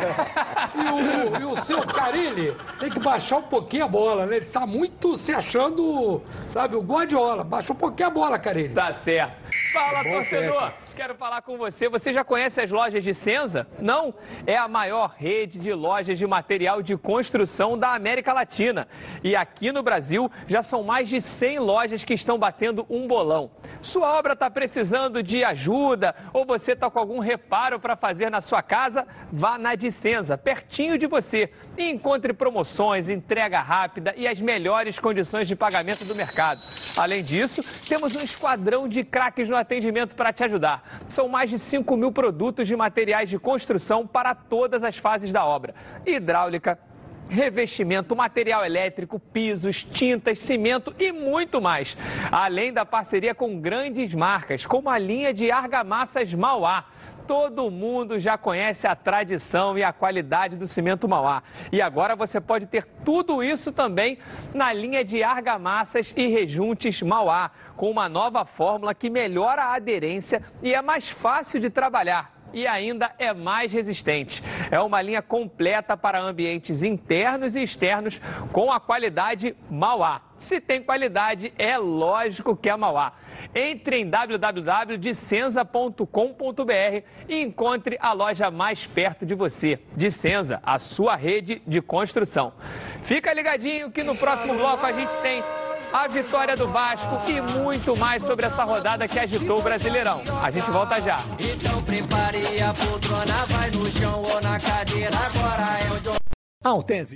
B: E o seu Carille tem que baixar um pouquinho a bola, né? Ele tá muito se achando, sabe, o Guardiola. Baixou um pouquinho a bola, Carille.
A: Tá certo. Fala, torcedor. Quero falar com você. Você já conhece as lojas Dicenza? Não? É a maior rede de lojas de material de construção da América Latina. E aqui no Brasil já são mais de 100 lojas que estão batendo um bolão. Sua obra está precisando de ajuda ou você está com algum reparo para fazer na sua casa? Vá na Dicenza, pertinho de você, e encontre promoções, entrega rápida e as melhores condições de pagamento do mercado. Além disso, temos um esquadrão de craques no atendimento para te ajudar. São mais de 5 mil produtos de materiais de construção para todas as fases da obra: hidráulica, revestimento, material elétrico, pisos, tintas, cimento e muito mais. Além da parceria com grandes marcas, como a linha de argamassas Mauá. Todo mundo já conhece a tradição e a qualidade do cimento Mauá. E agora você pode ter tudo isso também na linha de argamassas e rejuntes Mauá, com uma nova fórmula que melhora a aderência e é mais fácil de trabalhar. E ainda é mais resistente. É uma linha completa para ambientes internos e externos com a qualidade Mauá. Se tem qualidade, é lógico que é Mauá. Entre em www.dicenza.com.br e encontre a loja mais perto de você. Dicenza, a sua rede de construção. Fica ligadinho que no próximo bloco a gente tem a vitória do Vasco e muito mais sobre essa rodada que agitou o Brasileirão. A gente volta já.
F: Então prepare a poltrona, vai no chão ou na cadeira, agora é o jogo.
Q: Altense.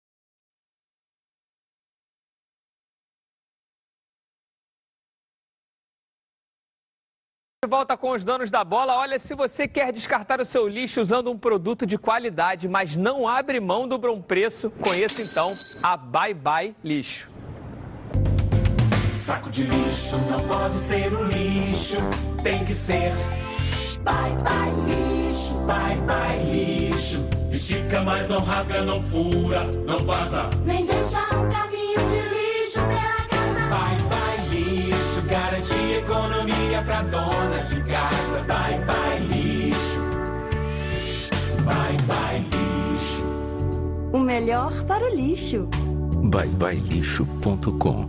A: Volta com os donos da bola. Olha, se você quer descartar o seu lixo usando um produto de qualidade, mas não abre mão do bom preço, conheça então a Bye Bye Lixo.
R: Saco de lixo não pode ser um lixo, tem que ser Bye Bye Lixo, Bye Bye Lixo. Estica, mas não rasga, não fura, não vaza,
S: nem deixa um caminho de lixo pela casa.
R: Bye Bye Lixo, garante economia pra dona de casa. Bye Bye Lixo, Bye Bye Lixo.
S: O melhor para o lixo.
M: ByeByeLixo.com.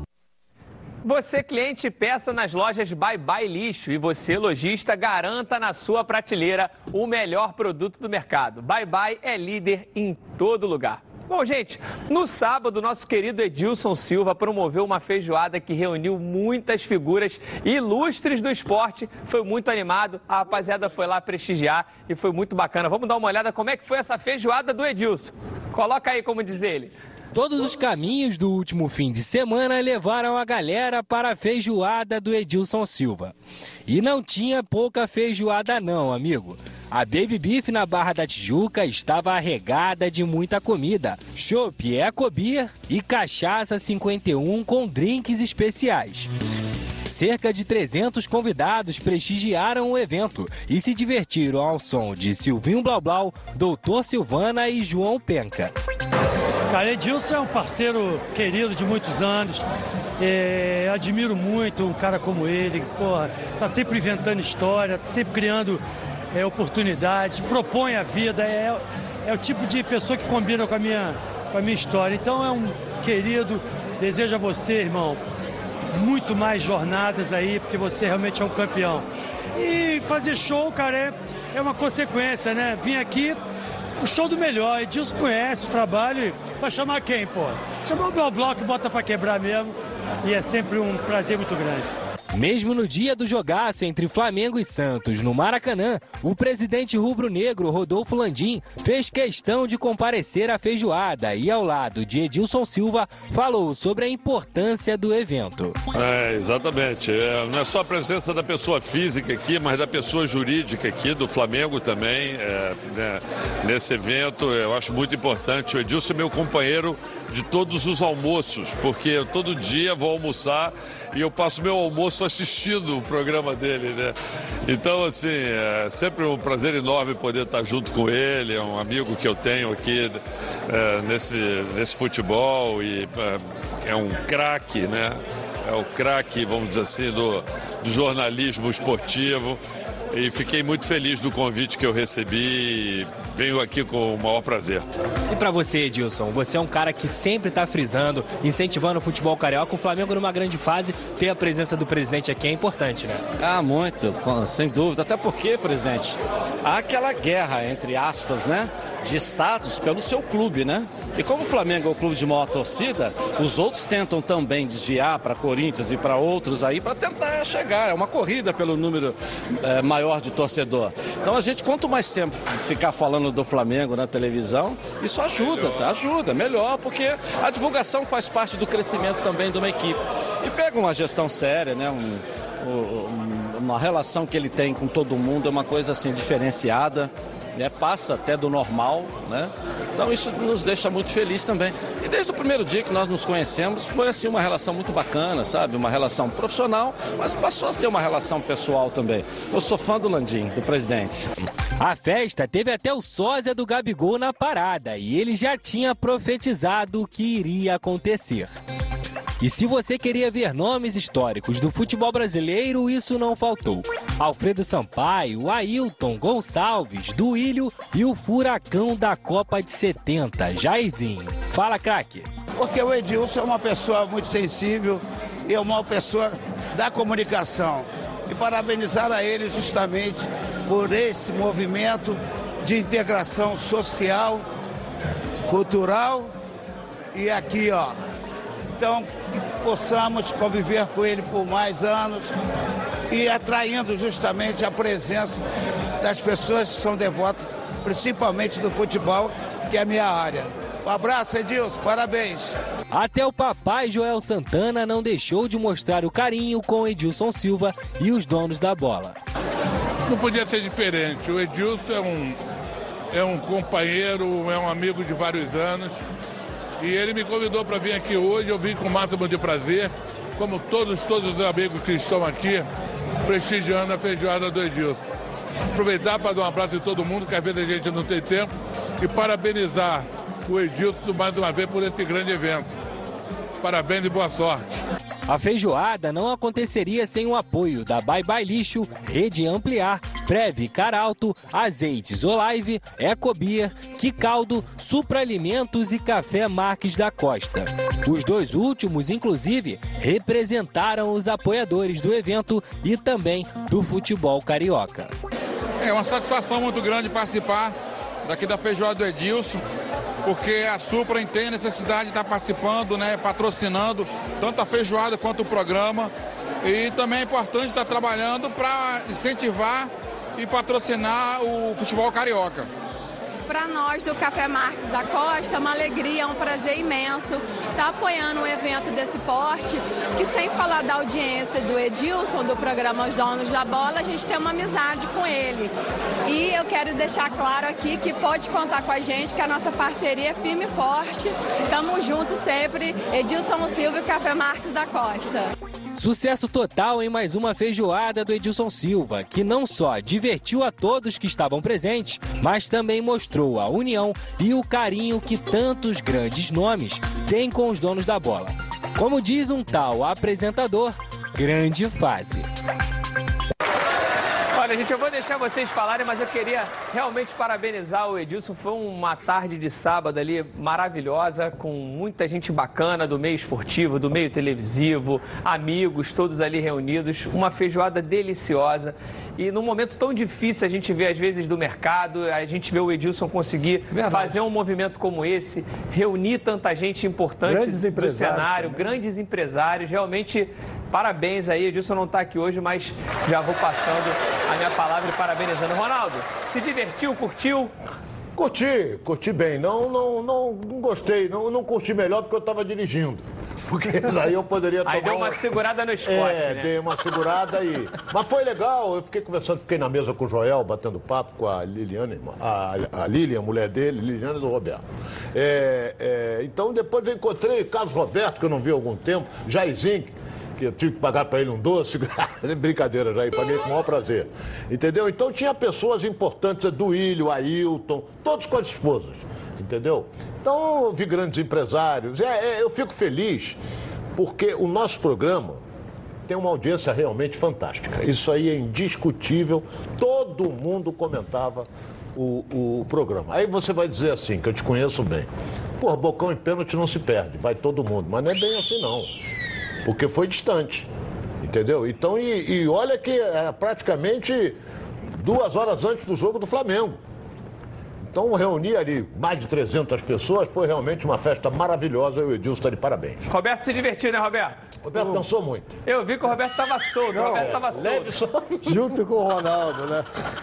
A: Você, cliente, peça nas lojas Bye Bye Lixo e você, lojista, garanta na sua prateleira o melhor produto do mercado. Bye Bye é líder em todo lugar. Bom, gente, no sábado, nosso querido Edilson Silva promoveu uma feijoada que reuniu muitas figuras ilustres do esporte. Foi muito animado, a rapaziada foi lá prestigiar e foi muito bacana. Vamos dar uma olhada como é que foi essa feijoada do Edilson. Coloca aí, como diz ele.
T: Todos os caminhos do último fim de semana levaram a galera para a feijoada do Edilson Silva. E não tinha pouca feijoada não, amigo. A Baby Beef na Barra da Tijuca estava arregada de muita comida. Chopp Ecobeer e cachaça 51 com drinks especiais. Cerca de 300 convidados prestigiaram o evento e se divertiram ao som de Silvinho Blau Blau, Doutor Silvana e João Penca.
U: Cara, Edilson é um parceiro querido de muitos anos. Admiro muito um cara como ele. Porra, tá sempre inventando história, sempre criando oportunidades, propõe a vida. É o tipo de pessoa que combina com a minha história. Então é um querido. Desejo a você, irmão, muito mais jornadas aí, porque você realmente é um campeão. E fazer show, cara, é uma consequência, né? Vim aqui, o show do melhor. Edilson conhece o trabalho. Vai chamar quem, pô? Chamar o Blau Blau, que bota pra quebrar mesmo. E é sempre um prazer muito grande.
T: Mesmo no dia do jogaço entre Flamengo e Santos, no Maracanã, o presidente rubro-negro Rodolfo Landim fez questão de comparecer à feijoada e, ao lado de Edilson Silva, falou sobre a importância do evento.
V: Exatamente. Não é só a presença da pessoa física aqui, mas da pessoa jurídica aqui, do Flamengo também, né? Nesse evento. Eu acho muito importante. O Edilson é meu companheiro de todos os almoços, porque eu todo dia vou almoçar e eu passo meu almoço assistindo o programa dele, né? Então, assim, é sempre um prazer enorme poder estar junto com ele. É um amigo que eu tenho aqui nesse futebol e é um craque, né? É o craque, vamos dizer assim, do jornalismo esportivo. e fiquei muito feliz do convite que eu recebi e venho aqui com o maior prazer.
T: E para você, Edilson, você é um cara que sempre está frisando, incentivando o futebol carioca. O Flamengo numa grande fase, ter a presença do presidente aqui é importante, né?
D: Ah, muito, sem dúvida. Até porque, presidente, há aquela guerra, entre aspas, né, de status pelo seu clube, né? E como o Flamengo é o clube de maior torcida, os outros tentam também desviar para Corinthians e para outros aí para tentar chegar. É uma corrida pelo número maior de torcedor. Então a gente, quanto mais tempo ficar falando do Flamengo na televisão, isso ajuda, tá? Ajuda, melhor, porque a divulgação faz parte do crescimento também de uma equipe. E pega uma gestão séria, né? Uma relação que ele tem com todo mundo é uma coisa assim diferenciada, né? Passa até do normal, né? Então isso nos deixa muito felizes também. E desde o primeiro dia que nós nos conhecemos, foi assim uma relação muito bacana, sabe? Uma relação profissional, mas passou a ter uma relação pessoal também. Eu sou fã do Landim, do presidente.
T: A festa teve até o sósia do Gabigol na parada e ele já tinha profetizado o que iria acontecer. E se você queria ver nomes históricos do futebol brasileiro, isso não faltou. Alfredo Sampaio, Ailton, Gonçalves, Duílio e o furacão da Copa de 70, Jairzinho. Fala, craque.
Q: Porque o Edilson é uma pessoa muito sensível e é uma pessoa da comunicação. E parabenizar a ele justamente por esse movimento de integração social, cultural e aqui, ó. Então, que possamos conviver com ele por mais anos e atraindo justamente a presença das pessoas que são devotas, principalmente do futebol, que é a minha área. Um abraço, Edilson, parabéns.
T: Até o papai Joel Santana não deixou de mostrar o carinho com Edilson Silva e os donos da bola.
W: Não podia ser diferente. O Edilson é um companheiro, é um amigo de vários anos. E ele me convidou para vir aqui hoje, eu vim com o máximo de prazer, como todos os amigos que estão aqui, prestigiando a feijoada do Edilson. Aproveitar para dar um abraço em todo mundo, que às vezes a gente não tem tempo, e parabenizar o Edilson mais uma vez por esse grande evento. Parabéns e boa sorte.
T: A feijoada não aconteceria sem o apoio da Bye Bye Lixo, Rede Ampliar, Preve Caralto, Azeites Olive, Ecobier, Quicaldo, Supraalimentos e Café Marques da Costa. Os dois últimos, inclusive, representaram os apoiadores do evento e também do futebol carioca.
X: É uma satisfação muito grande participar daqui da feijoada do Edilson, porque a Supra tem necessidade de estar participando, né, patrocinando tanto a feijoada quanto o programa. E também é importante estar trabalhando para incentivar e patrocinar o futebol carioca.
Y: Para nós do Café Marques da Costa, é uma alegria, é um prazer imenso estar apoiando um evento desse porte, que sem falar da audiência do Edilson, do programa Os Donos da Bola, a gente tem uma amizade com ele. E eu quero deixar claro aqui que pode contar com a gente, que a nossa parceria é firme e forte. Estamos juntos sempre, Edilson Silva e Café Marques da Costa.
T: Sucesso total em mais uma feijoada do Edilson Silva, que não só divertiu a todos que estavam presentes, mas também mostrou a união e o carinho que tantos grandes nomes têm com os donos da bola. Como diz um tal apresentador, grande fase.
A: Olha, gente, eu vou deixar vocês falarem, mas eu queria realmente parabenizar o Edilson. Foi uma tarde de sábado ali maravilhosa, com muita gente bacana do meio esportivo, do meio televisivo, amigos, todos ali reunidos. Uma feijoada deliciosa. E num momento tão difícil, a gente vê às vezes do mercado, a gente vê o Edilson conseguir fazer um movimento como esse, reunir tanta gente importante do cenário, grandes empresários. Realmente, parabéns aí. Edilson não está aqui hoje, mas já vou passando a minha palavra e parabenizando. Ronaldo, se divertiu, curtiu?
H: Curti bem. Não gostei, não curti melhor porque eu estava dirigindo. Porque aí eu poderia tomar...
A: Aí deu uma segurada no Scott, né?
H: Dei uma segurada aí. Mas foi legal, eu fiquei conversando, fiquei na mesa com o Joel, batendo papo com a Liliane, a Lilian, a mulher dele, Liliane do Roberto. Então depois eu encontrei Carlos Roberto, que eu não vi há algum tempo, Jairzinho, que eu tive que pagar para ele um doce. Brincadeira, Jair, paguei com o maior prazer. Entendeu? Então tinha pessoas importantes, Duílio, Ailton, todos com as esposas. Entendeu? Então eu vi grandes empresários. Eu fico feliz porque o nosso programa tem uma audiência realmente fantástica. Isso aí é indiscutível, todo mundo comentava o programa. Aí você vai dizer assim, que eu te conheço bem, pô, bocão e pênalti não se perde, vai todo mundo, mas não é bem assim não, porque foi distante, entendeu? Então, e olha que é praticamente 2 horas antes do jogo do Flamengo. Então, reunir ali mais de 300 pessoas foi realmente uma festa maravilhosa e o Edilson está de parabéns.
A: Roberto se divertiu, né, Roberto?
H: Roberto dançou muito.
A: Eu vi que o Roberto estava solto, o Roberto estava solto.
G: Junto com o Ronaldo, né?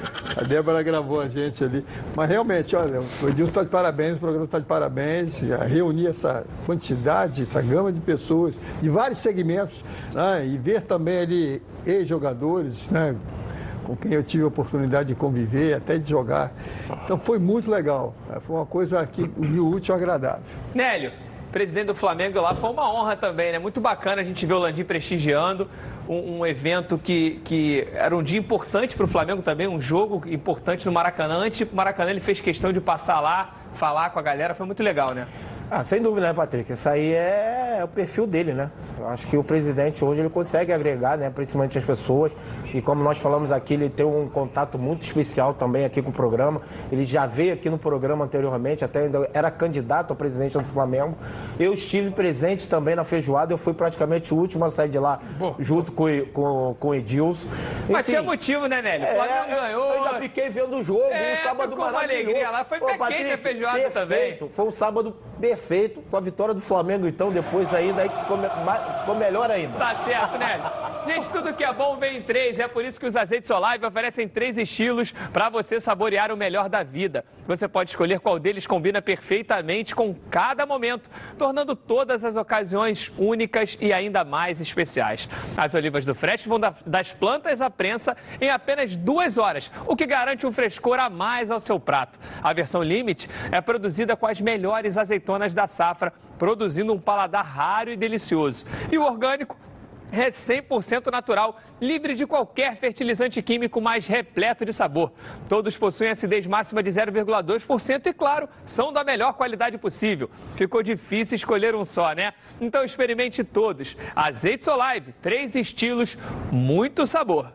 G: A Débora gravou a gente ali. Mas realmente, olha, o Edilson está de parabéns, o programa está de parabéns. Reunir essa quantidade, essa gama de pessoas, de vários segmentos, né? E ver também ali ex-jogadores, né? Com quem eu tive a oportunidade de conviver, até de jogar. Então foi muito legal. Foi uma coisa que uniu útil ao agradável.
A: Nélio, presidente do Flamengo lá, foi uma honra também, né? Muito bacana a gente ver o Landim prestigiando um evento que era um dia importante para o Flamengo também, um jogo importante no Maracanã. Antes do Maracanã, ele fez questão de passar lá, falar com a galera, foi muito legal, né?
C: Sem dúvida, né, Patrick? Isso aí é o perfil dele, né? Eu acho que o presidente hoje ele consegue agregar, né, principalmente as pessoas. E como nós falamos aqui, ele tem um contato muito especial também aqui com o programa. Ele já veio aqui no programa anteriormente, até ainda era candidato a presidente do Flamengo. Eu estive presente também na feijoada, eu fui praticamente o último a sair de lá, junto com o Edilson.
A: Mas
C: Enfim,
A: tinha motivo, né, Nélio? O Flamengo ganhou.
C: Eu ainda fiquei vendo o jogo, um sábado maravilhoso.
A: Alegria lá, foi quente a feijoada
C: perfeito.
A: também.
C: Foi um sábado perfeito, com a vitória do Flamengo, então, depois ainda, aí que ficou melhor ainda.
A: Tá certo, Nélio. Gente, tudo que é bom vem em 3, é por isso que os azeites Olive oferecem 3 estilos para você saborear o melhor da vida. Você pode escolher qual deles combina perfeitamente com cada momento, tornando todas as ocasiões únicas e ainda mais especiais. As olivas do Frete vão das plantas à prensa em apenas 2 horas, o que garante um frescor a mais ao seu prato. A versão Limite é produzida com as melhores azeitonas da safra, produzindo um paladar raro e delicioso. E o orgânico é 100% natural, livre de qualquer fertilizante químico, mais repleto de sabor. Todos possuem acidez máxima de 0,2% e, claro, são da melhor qualidade possível. Ficou difícil escolher um só, né? Então experimente todos. Azeites Olive, 3 estilos, muito sabor.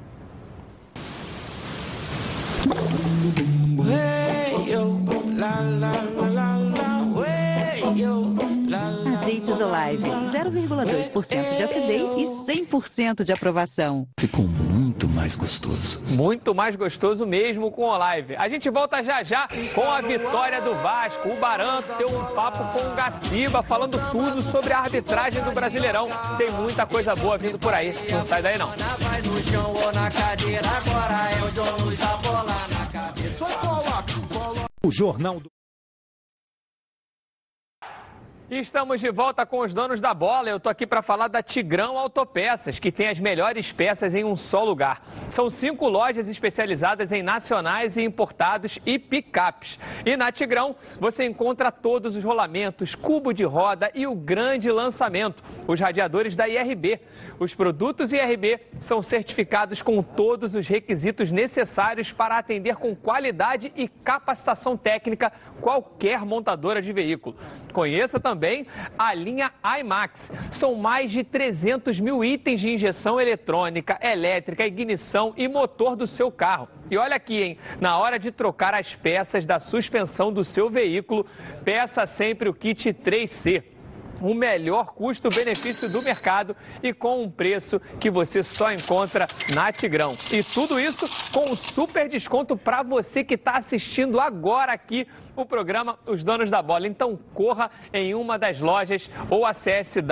E: Azeites Olive, 0,2% de acidez e 100% de aprovação.
M: Ficou muito mais gostoso.
A: Muito mais gostoso mesmo com Olive. A gente volta já já com a vitória do Vasco. O Baranto deu um papo com o Gaciba, falando tudo sobre a arbitragem do Brasileirão. Tem muita coisa boa vindo por aí. Não sai daí, não.
I: O Jornal do...
A: E estamos de volta com os donos da bola. Eu tô aqui para falar da Tigrão Autopeças, que tem as melhores peças em um só lugar. São 5 lojas especializadas em nacionais e importados e picapes. E na Tigrão você encontra todos os rolamentos, cubo de roda e o grande lançamento, os radiadores da IRB. Os produtos IRB são certificados com todos os requisitos necessários para atender com qualidade e capacitação técnica qualquer montadora de veículo. Conheça também a linha IMAX. São mais de 300 mil itens de injeção eletrônica, elétrica, ignição e motor do seu carro. E olha aqui, hein? Na hora de trocar as peças da suspensão do seu veículo, peça sempre o kit 3C. O melhor custo-benefício do mercado e com um preço que você só encontra na Tigrão. E tudo isso com um super desconto para você que está assistindo agora aqui o programa Os Donos da Bola. Então corra em uma das lojas ou acesse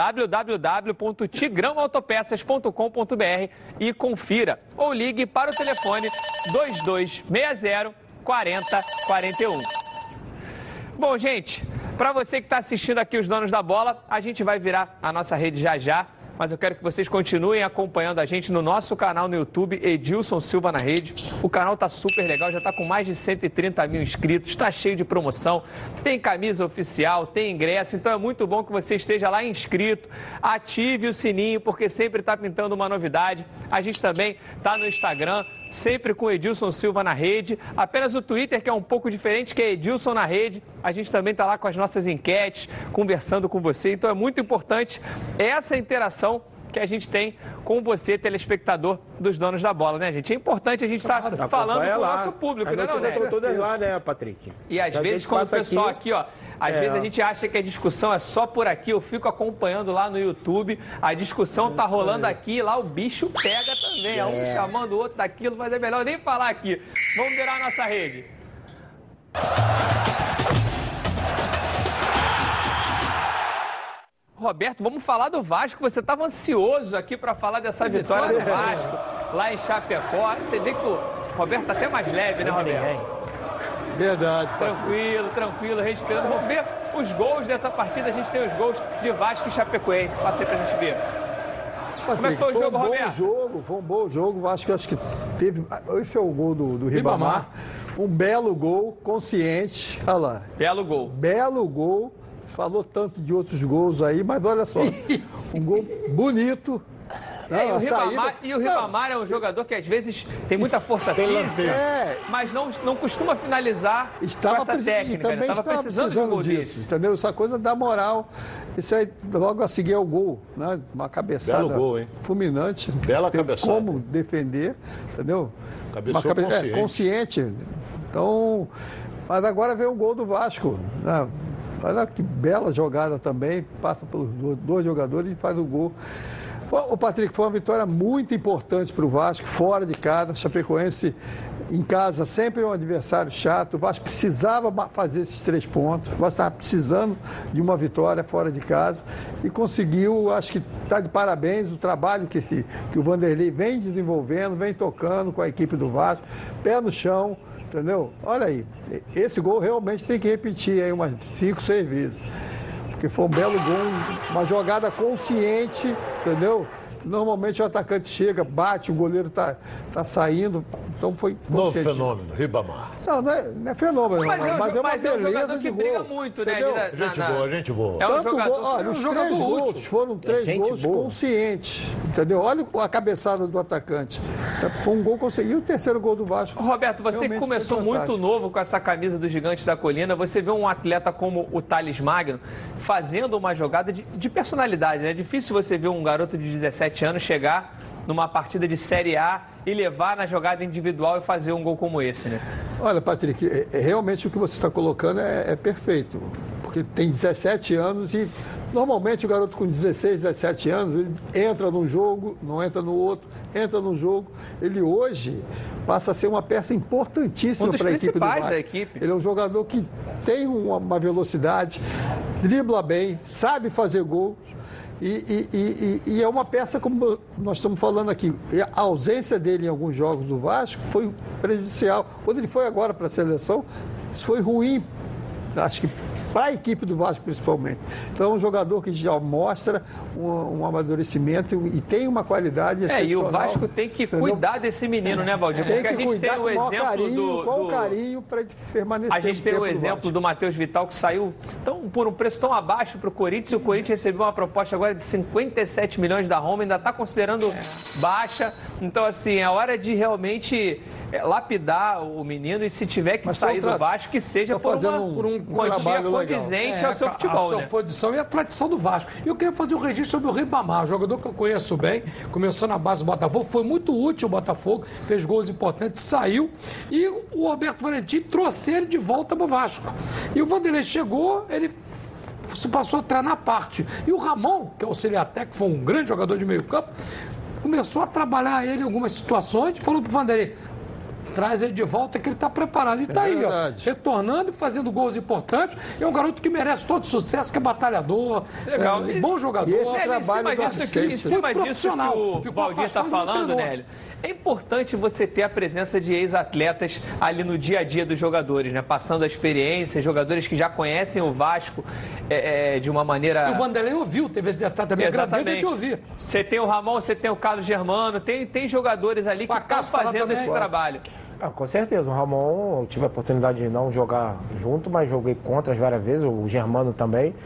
A: www.tigrãoautopeças.com.br e confira. Ou ligue para o telefone 2260 4041. Bom, gente, para você que está assistindo aqui os Donos da Bola, a gente vai virar a nossa rede já já, mas eu quero que vocês continuem acompanhando a gente no nosso canal no YouTube, Edilson Silva na Rede. O canal tá super legal, já está com mais de 130 mil inscritos, está cheio de promoção, tem camisa oficial, tem ingresso, então é muito bom que você esteja lá inscrito, ative o sininho, porque sempre está pintando uma novidade. A gente também está no Instagram, sempre com Edilson Silva na Rede. Apenas o Twitter, que é um pouco diferente, que é Edilson na Rede. A gente também está lá com as nossas enquetes, conversando com você. Então é muito importante essa interação que a gente tem com você, telespectador dos Donos da Bola, né, gente? É importante a gente estar falando com o nosso público, né,
C: não, Zé? Todas lá, né, Patrick?
A: E às vezes, quando o pessoal aqui, ó, às vezes a gente acha que a discussão é só por aqui, eu fico acompanhando lá no YouTube, a discussão tá rolando aqui, lá o bicho pega também, um chamando o outro daquilo, mas é melhor nem falar aqui. Vamos virar a nossa rede. Roberto, vamos falar do Vasco. Você estava ansioso aqui para falar dessa vitória do Vasco lá em Chapecó. Você vê que o Roberto está até mais leve, né, Roberto?
G: Verdade.
A: Tranquilo, respirando. Vamos ver os gols dessa partida. A gente tem os gols de Vasco e Chapecoense. Passei para a gente ver. Como é que foi o jogo, Roberto?
G: Foi um bom jogo. Acho que teve... Esse é o gol do Ribamar. Um belo gol, consciente. Olha lá. Belo gol. Você falou tanto de outros gols aí, mas olha só. Um gol bonito.
A: E o Ribamar é um jogador que às vezes tem muita força física, mas não costuma finalizar com essa técnica. Ele estava precisando de um gol disso.
G: Entendeu? Essa coisa dá moral. Isso aí, logo a seguir é o gol, né? Uma cabeçada fulminante.
H: Bela cabeçada.
G: Como defender, entendeu?
H: Cabeçou
G: consciente. Então, mas agora vem o gol do Vasco, né? Olha que bela jogada também, passa pelos dois jogadores e faz o gol. O Patrick, foi uma vitória muito importante para o Vasco, fora de casa. Chapecoense em casa sempre é um adversário chato. O Vasco precisava fazer esses 3 pontos. O Vasco estava precisando de uma vitória fora de casa e conseguiu. Acho que está de parabéns o trabalho que o Vanderlei vem desenvolvendo, vem tocando com a equipe do Vasco, pé no chão. Entendeu? Olha aí, esse gol realmente tem que repetir aí umas 5, 6 vezes. Porque foi um belo gol, uma jogada consciente, entendeu? Normalmente o atacante chega, bate, o goleiro tá saindo, então foi
H: consciente. Novo fenômeno, Ribamar.
G: Não é fenômeno, mas é uma beleza de gol.
A: Briga muito,
G: entendeu?
A: né?
H: Gente boa.
A: É um jogador,
G: olha, os 3 gols foram 3 gols conscientes, entendeu? Olha a cabeçada do atacante. Foi um gol consciente. E o terceiro gol do Vasco.
A: Roberto, você que começou muito novo com essa camisa do Gigante da Colina, você vê um atleta como o Thales Magno fazendo uma jogada de personalidade, né? É difícil você ver um garoto de 17 anos chegar numa partida de Série A e levar na jogada individual e fazer um gol como esse, né?
G: Olha, Patrick, realmente o que você está colocando é perfeito, porque tem 17 anos e normalmente o garoto com 16, 17 anos, ele entra num jogo, não entra no outro, entra num jogo. Ele hoje passa a ser uma peça importantíssima para a equipe do Vasco. Ele é um jogador que tem uma velocidade, dribla bem, sabe fazer gol. E é uma peça, como nós estamos falando aqui, a ausência dele em alguns jogos do Vasco foi prejudicial. Quando ele foi agora para a seleção, isso foi ruim, acho que para a equipe do Vasco principalmente. Então é um jogador que já mostra um amadurecimento e tem uma qualidade excepcional.
A: E o Vasco tem que cuidar desse menino, né, Valdir? Porque a gente tem o exemplo
G: com carinho para permanecer.
A: A gente tem o exemplo do Matheus Vital, que saiu por um preço tão abaixo para o Corinthians, e o Corinthians recebeu uma proposta agora de 57 milhões da Roma, ainda está considerando baixa. Então, assim, é hora de realmente lapidar o menino, e se tiver que sair do Vasco, que seja por um quantia condizente ao seu futebol,
B: né? A sua condição e a tradição do Vasco. E eu queria fazer um registro sobre o Ribamar, jogador que eu conheço bem, começou na base do Botafogo, foi muito útil ao Botafogo, fez gols importantes, saiu, e o Roberto Valentim trouxe ele de volta para o Vasco. E o Vanderlei chegou, ele se passou a treinar na parte. E o Ramon, que é o auxiliar técnico, foi um grande jogador de meio campo, começou a trabalhar ele em algumas situações, falou para o Vanderlei: traz ele de volta que ele está preparado. E está aí, ó, retornando e fazendo gols importantes. É um garoto que merece todo sucesso, que é batalhador, bom jogador.
A: E esse trabalho em cima disso que o Valdir está falando, Nélio, é importante você ter a presença de ex-atletas ali no dia a dia dos jogadores, né? Passando a experiência, jogadores que já conhecem o Vasco de uma maneira...
B: E o Vanderlei ouviu, teve esse detalhe também.
A: Exatamente. Você tem o Ramon, você tem o Carlos Germano, tem jogadores ali que estão fazendo esse trabalho.
C: Com certeza, o Ramon, eu tive a oportunidade de não jogar junto, mas joguei contra várias vezes, o Germano também.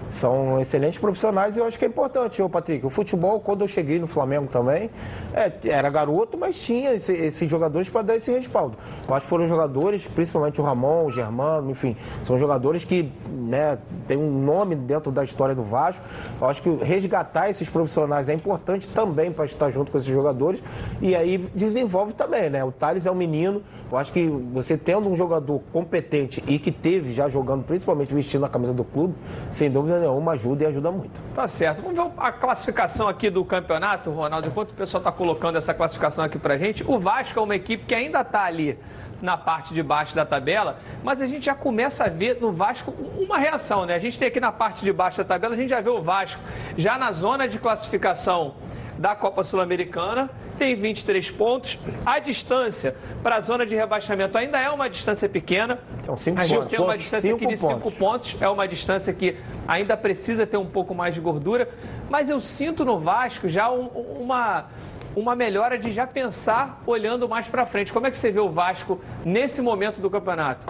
C: São excelentes profissionais e eu acho que é importante, Patrick. O futebol, quando eu cheguei no Flamengo também, era garoto, mas tinha esses jogadores para dar esse respaldo. Eu acho que foram jogadores, principalmente o Ramon, o Germano, enfim, são jogadores que, né, têm um nome dentro da história do Vasco. Eu acho que resgatar esses profissionais é importante também para estar junto com esses jogadores e aí desenvolve também, né? O Thales é um menino, eu acho que você tendo um jogador competente e que teve já jogando, principalmente vestindo a camisa do clube, sem dúvida nenhuma ajuda e ajuda muito.
A: Tá certo. Vamos ver a classificação aqui do campeonato, Ronaldo, enquanto o pessoal está colocando essa classificação aqui pra gente. O Vasco é uma equipe que ainda está ali na parte de baixo da tabela, mas a gente já começa a ver no Vasco uma reação, né? A gente tem aqui na parte de baixo da tabela, a gente já vê o Vasco já na zona de classificação da Copa Sul-Americana, tem 23 pontos. A distância para a zona de rebaixamento ainda é uma distância pequena.
C: Então, 5
A: a gente
C: pontos.
A: tem uma distância aqui de 5 pontos. É uma distância que ainda precisa ter um pouco mais de gordura. Mas eu sinto no Vasco já uma melhora de já pensar olhando mais para frente. Como é que você vê o Vasco nesse momento do campeonato?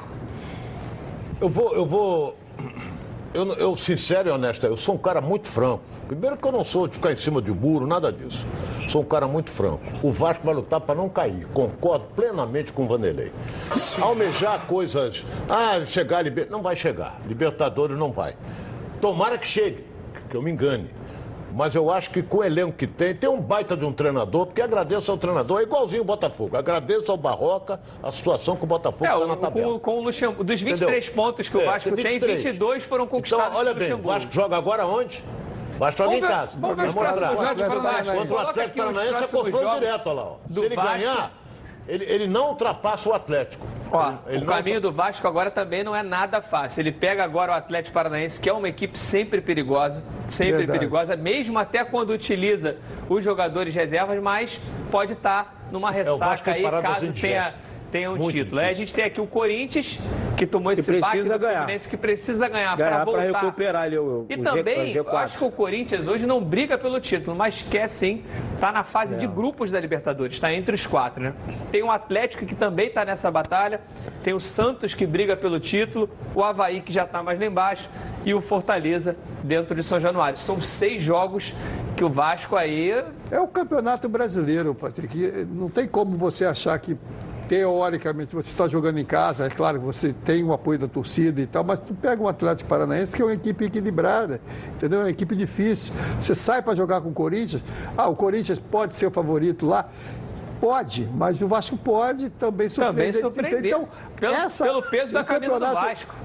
H: Eu, sincero e honesto, eu sou um cara muito franco. Primeiro que eu não sou de ficar em cima de muro, nada disso. Sou um cara muito franco. O Vasco vai lutar para não cair. Concordo plenamente com o Vanderlei. Almejar coisas... chegar a Libertadores... Não vai chegar. Libertadores não vai. Tomara que chegue, que eu me engane. Mas eu acho que com o elenco que tem um baita de um treinador, porque agradeço ao treinador, é igualzinho o Botafogo. Agradeço ao Barroca a situação que o Botafogo está na tabela.
A: Com o Luxemburgo, dos 23 pontos que o Vasco tem, 22 foram conquistados.
H: Então, olha bem, o Vasco joga agora onde? O Vasco joga em casa.
A: Vamos ver os próximos jogos de Paranaense.
H: Contra o Atlético Paranaense é confronto direto, olha lá. Se ele ganhar, ele não ultrapassa o Atlético.
A: O caminho do Vasco agora também não é nada fácil. Ele pega agora o Atlético Paranaense, que é uma equipe sempre perigosa, perigosa, mesmo até quando utiliza os jogadores reservas, mas pode estar numa ressaca aí, caso tenha um título. A gente tem aqui o Corinthians, que tomou esse baque do Fluminense, que precisa ganhar para voltar.
C: Para recuperar ali
A: e também, eu acho que o Corinthians hoje não briga pelo título, mas quer sim, está na fase de grupos da Libertadores, está entre os 4, né? Tem o Atlético, que também está nessa batalha, tem o Santos, que briga pelo título, o Avaí, que já está mais lá embaixo, e o Fortaleza, dentro de São Januário. São 6 jogos que o Vasco aí...
G: É o Campeonato Brasileiro, Patrick. Não tem como você achar que teoricamente você está jogando em casa, é claro que você tem o apoio da torcida e tal, mas tu pega um Atlético Paranaense que é uma equipe equilibrada, entendeu? É uma equipe difícil. Você sai para jogar com o Corinthians, o Corinthians pode ser o favorito lá, pode, mas o Vasco pode também surpreender. Então,
A: pelo peso da camisa do Vasco.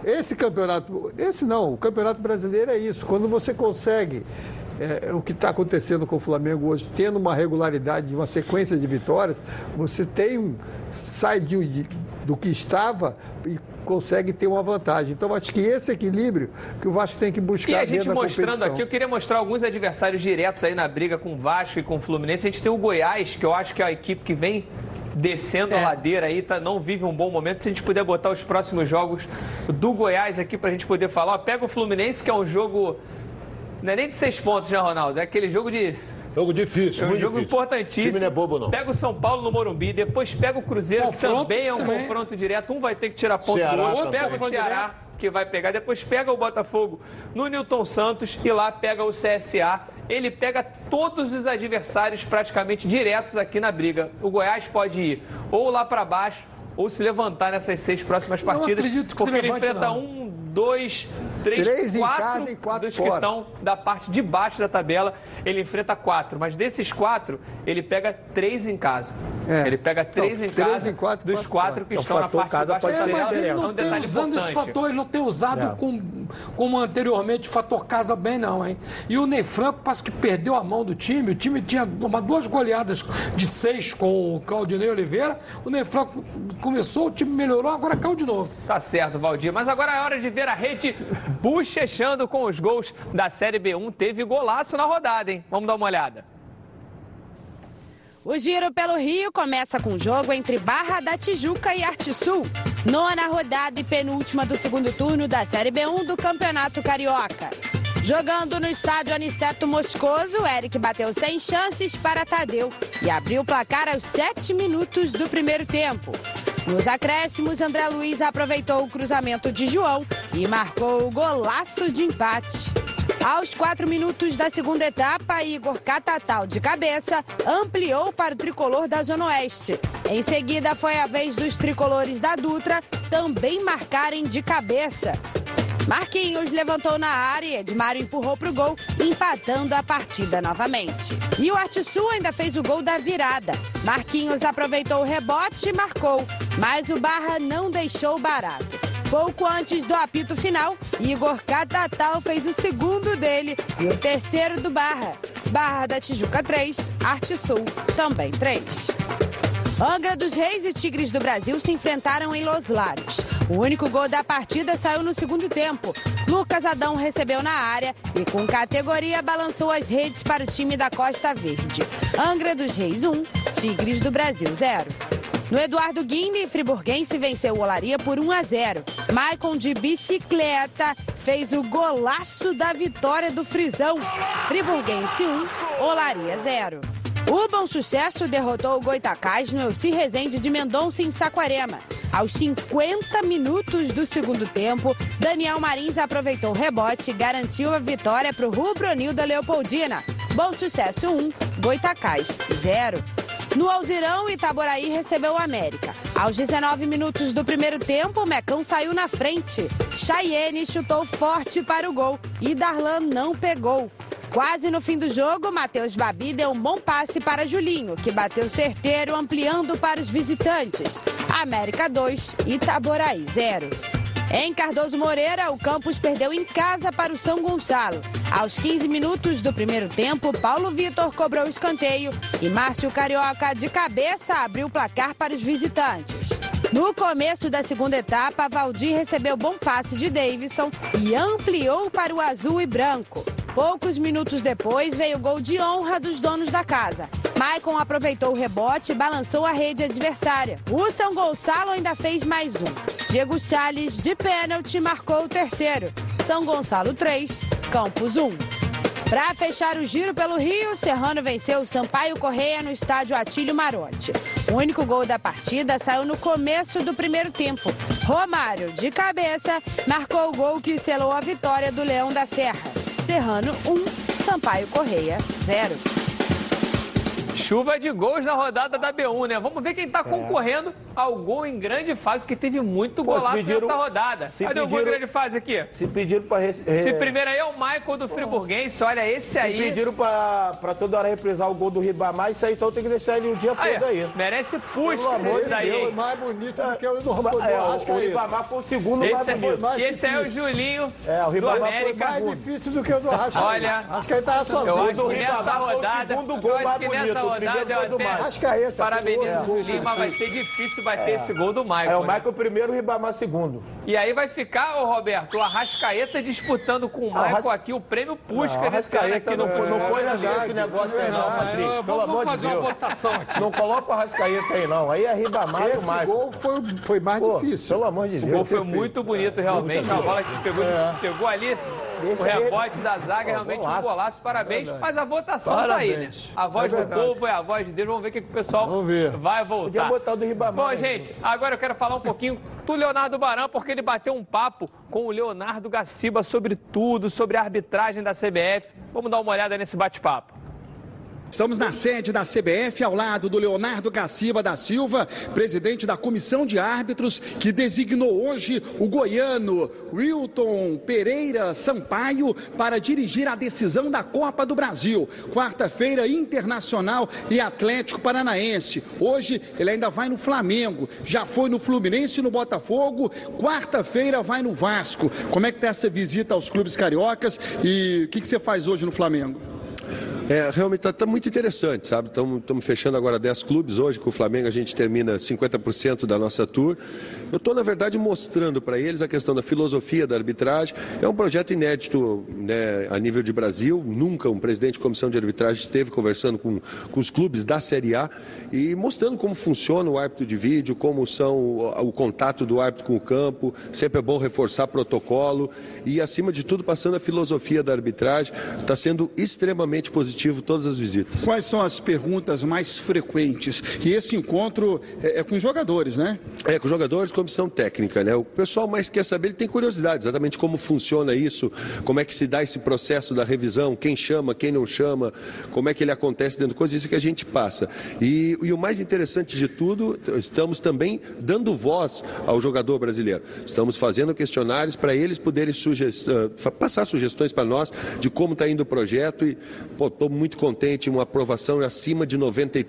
G: O Campeonato Brasileiro é isso, quando você consegue... o que está acontecendo com o Flamengo hoje, tendo uma regularidade, uma sequência de vitórias, você sai do que estava e consegue ter uma vantagem. Então, acho que esse equilíbrio que o Vasco tem que buscar.
A: E a gente mostrando aqui, eu queria mostrar alguns adversários diretos aí na briga com o Vasco e com o Fluminense. A gente tem o Goiás, que eu acho que é a equipe que vem descendo a ladeira aí, não vive um bom momento. Se a gente puder botar os próximos jogos do Goiás aqui pra gente poder falar. Pega o Fluminense, que é um jogo... Não é nem de 6 pontos, né, Ronaldo? É aquele jogo de...
H: Jogo difícil, muito
A: jogo
H: difícil.
A: Importantíssimo.
H: O time não é bobo, não.
A: Pega o São Paulo no Morumbi, depois pega o Cruzeiro, que também é um confronto direto. Um vai ter que tirar ponto do outro. Pega o Ceará, que vai pegar. Depois pega o Botafogo no Newton Santos e lá pega o CSA. Ele pega todos os adversários praticamente diretos aqui na briga. O Goiás pode ir ou lá para baixo ou se levantar nessas 6 próximas partidas. Porque ele enfrenta 1, 2, 3, 4 dos que estão da parte de baixo da tabela, ele enfrenta 4. Mas desses 4, ele pega 3 em casa. Ele pega 3 em casa dos 4 que estão na parte de baixo da tabela.
B: Mas ele não tem usando esse fator, ele não tem usado como anteriormente o fator casa bem, não, hein? E o Ney Franco parece que perdeu a mão do time. O time tinha 2 goleadas de 6 com o Claudinei Oliveira. O Ney Franco começou, o time melhorou, agora caiu de novo.
A: Tá certo, Valdir. Mas agora é hora de ver a rede bochechando com os gols da Série B1. Teve golaço na rodada, hein? Vamos dar uma olhada.
I: O giro pelo Rio começa com o jogo entre Barra da Tijuca e Artesul. 9ª rodada e penúltima do segundo turno da Série B1 do Campeonato Carioca. Jogando no estádio Aniceto Moscoso, Eric bateu sem chances para Tadeu e abriu o placar aos 7 minutos do primeiro tempo. Nos acréscimos, André Luiz aproveitou o cruzamento de João e marcou o golaço de empate. Aos 4 minutos da segunda etapa, Igor Catatal, de cabeça, ampliou para o tricolor da Zona Oeste. Em seguida, foi a vez dos tricolores da Dutra também marcarem de cabeça. Marquinhos levantou na área e Edmário empurrou para o gol, empatando a partida novamente. E o Artisul ainda fez o gol da virada. Marquinhos aproveitou o rebote e marcou, mas o Barra não deixou barato. Pouco antes do apito final, Igor Catatal fez o segundo dele e o terceiro do Barra. Barra da Tijuca 3, Artisul também 3. Angra dos Reis e Tigres do Brasil se enfrentaram em Los Laros. O único gol da partida saiu no segundo tempo. Lucas Adão recebeu na área e com categoria balançou as redes para o time da Costa Verde. Angra dos Reis 1, Tigres do Brasil 0. No Eduardo Guinle, Friburguense venceu o Olaria por 1-0. Maicon de bicicleta fez o golaço da vitória do Frisão. Friburguense 1, Olaria 0. O Bom Sucesso derrotou o Goitacás no Elci Rezende de Mendonça, em Saquarema. Aos 50 minutos do segundo tempo, Daniel Marins aproveitou o rebote e garantiu a vitória para o Rubro-Nil da Leopoldina. Bom Sucesso 1, Goitacás 0. No Alzirão, Itaboraí recebeu o América. Aos 19 minutos do primeiro tempo, o Mecão saiu na frente. Chayenne chutou forte para o gol e Darlan não pegou. Quase no fim do jogo, Matheus Babi deu um bom passe para Julinho, que bateu certeiro, ampliando para os visitantes. América 2, Itaboraí 0. Em Cardoso Moreira, o Campos perdeu em casa para o São Gonçalo. Aos 15 minutos do primeiro tempo, Paulo Vitor cobrou o escanteio e Márcio Carioca, de cabeça, abriu o placar para os visitantes. No começo da segunda etapa, Valdir recebeu bom passe de Davidson e ampliou para o azul e branco. Poucos minutos depois, veio o gol de honra dos donos da casa. Maicon aproveitou o rebote e balançou a rede adversária. O São Gonçalo ainda fez mais um. Diego Salles, de pênalti, marcou o terceiro. São Gonçalo 3, Campos 1. Para fechar o giro pelo Rio, Serrano venceu o Sampaio Correia no estádio Atílio Marotti. O único gol da partida saiu no começo do primeiro tempo. Romário, de cabeça, marcou o gol que selou a vitória do Leão da Serra. Serrano 1, Sampaio Correia 0.
A: Chuva de gols na rodada da B1, né? Vamos ver quem está concorrendo ao gol em grande fase, porque teve muito golaço nessa rodada. Cadê o gol em grande fase aqui?
C: Se pediram para...
A: Esse primeiro aí é o Michael do Friburguense, olha esse aí.
C: Se pediram para toda hora reprisar o gol do Ribamar, isso aí então tem que deixar ele o dia todo aí.
A: Merece fusca esse daí.
G: Foi mais bonito do que o do
C: O Ribamar foi o segundo mais bonito.
A: Esse aí é o Julinho do América.
G: Foi mais difícil do que o do Arrascaeta.
A: Olha,
G: acho que ele estava sozinho.
A: Eu acho que nessa rodada, parabenizo o Julinho, mas vai ser difícil bater esse gol do Michael.
C: É o Michael primeiro, o Ribamar segundo.
A: E aí vai ficar, Roberto, o Arrascaeta disputando com o Michael aqui o prêmio Pusca desse ano aqui no
C: Não põe esse negócio aí não, Patrick. Pelo amor de Deus. Não coloca o Arrascaeta aí não. Aí é Ribamar e o Michael.
G: Esse gol foi mais difícil.
C: Pelo amor de Deus.
A: O gol foi muito bonito, realmente. Uma bola que pegou ali. O rebote da zaga, realmente um golaço, parabéns. Mas a votação tá aí, né? A voz do povo é a voz de Deus. Vamos ver o que o pessoal vai voltar.
C: Podia botar o do Ribamar.
A: Bom, gente, agora eu quero falar um pouquinho do Leonardo Baran, porque ele bateu um papo com o Leonardo Gaciba sobre tudo, sobre a arbitragem da CBF. Vamos dar uma olhada nesse bate-papo.
J: Estamos na sede da CBF, ao lado do Leonardo Gaciba da Silva, presidente da Comissão de Árbitros, que designou hoje o goiano Wilton Pereira Sampaio para dirigir a decisão da Copa do Brasil. Quarta-feira, Internacional e Atlético Paranaense. Hoje, ele ainda vai no Flamengo, já foi no Fluminense e no Botafogo. Quarta-feira, vai no Vasco. Como é que está essa visita aos clubes cariocas e o que você faz hoje no Flamengo?
K: Realmente está muito interessante, sabe? Estamos fechando agora 10 clubes hoje, com o Flamengo a gente termina 50% da nossa tour. Eu estou, na verdade, mostrando para eles a questão da filosofia da arbitragem. É um projeto inédito, né, a nível de Brasil. Nunca um presidente de comissão de arbitragem esteve conversando com os clubes da Série A e mostrando como funciona o árbitro de vídeo, como são o contato do árbitro com o campo. Sempre é bom reforçar protocolo e, acima de tudo, passando a filosofia da arbitragem. Está sendo extremamente positivo positivo todas as visitas.
J: Quais são as perguntas mais frequentes? E esse encontro é com jogadores, né?
K: É, com jogadores, comissão técnica, né? O pessoal mais quer saber, ele tem curiosidade, exatamente como funciona isso, como é que se dá esse processo da revisão, quem chama, quem não chama, como é que ele acontece dentro de coisas, isso que a gente passa. E o mais interessante de tudo, estamos também dando voz ao jogador brasileiro. Estamos fazendo questionários para eles poderem passar sugestões para nós de como está indo o projeto e estou muito contente, uma aprovação acima de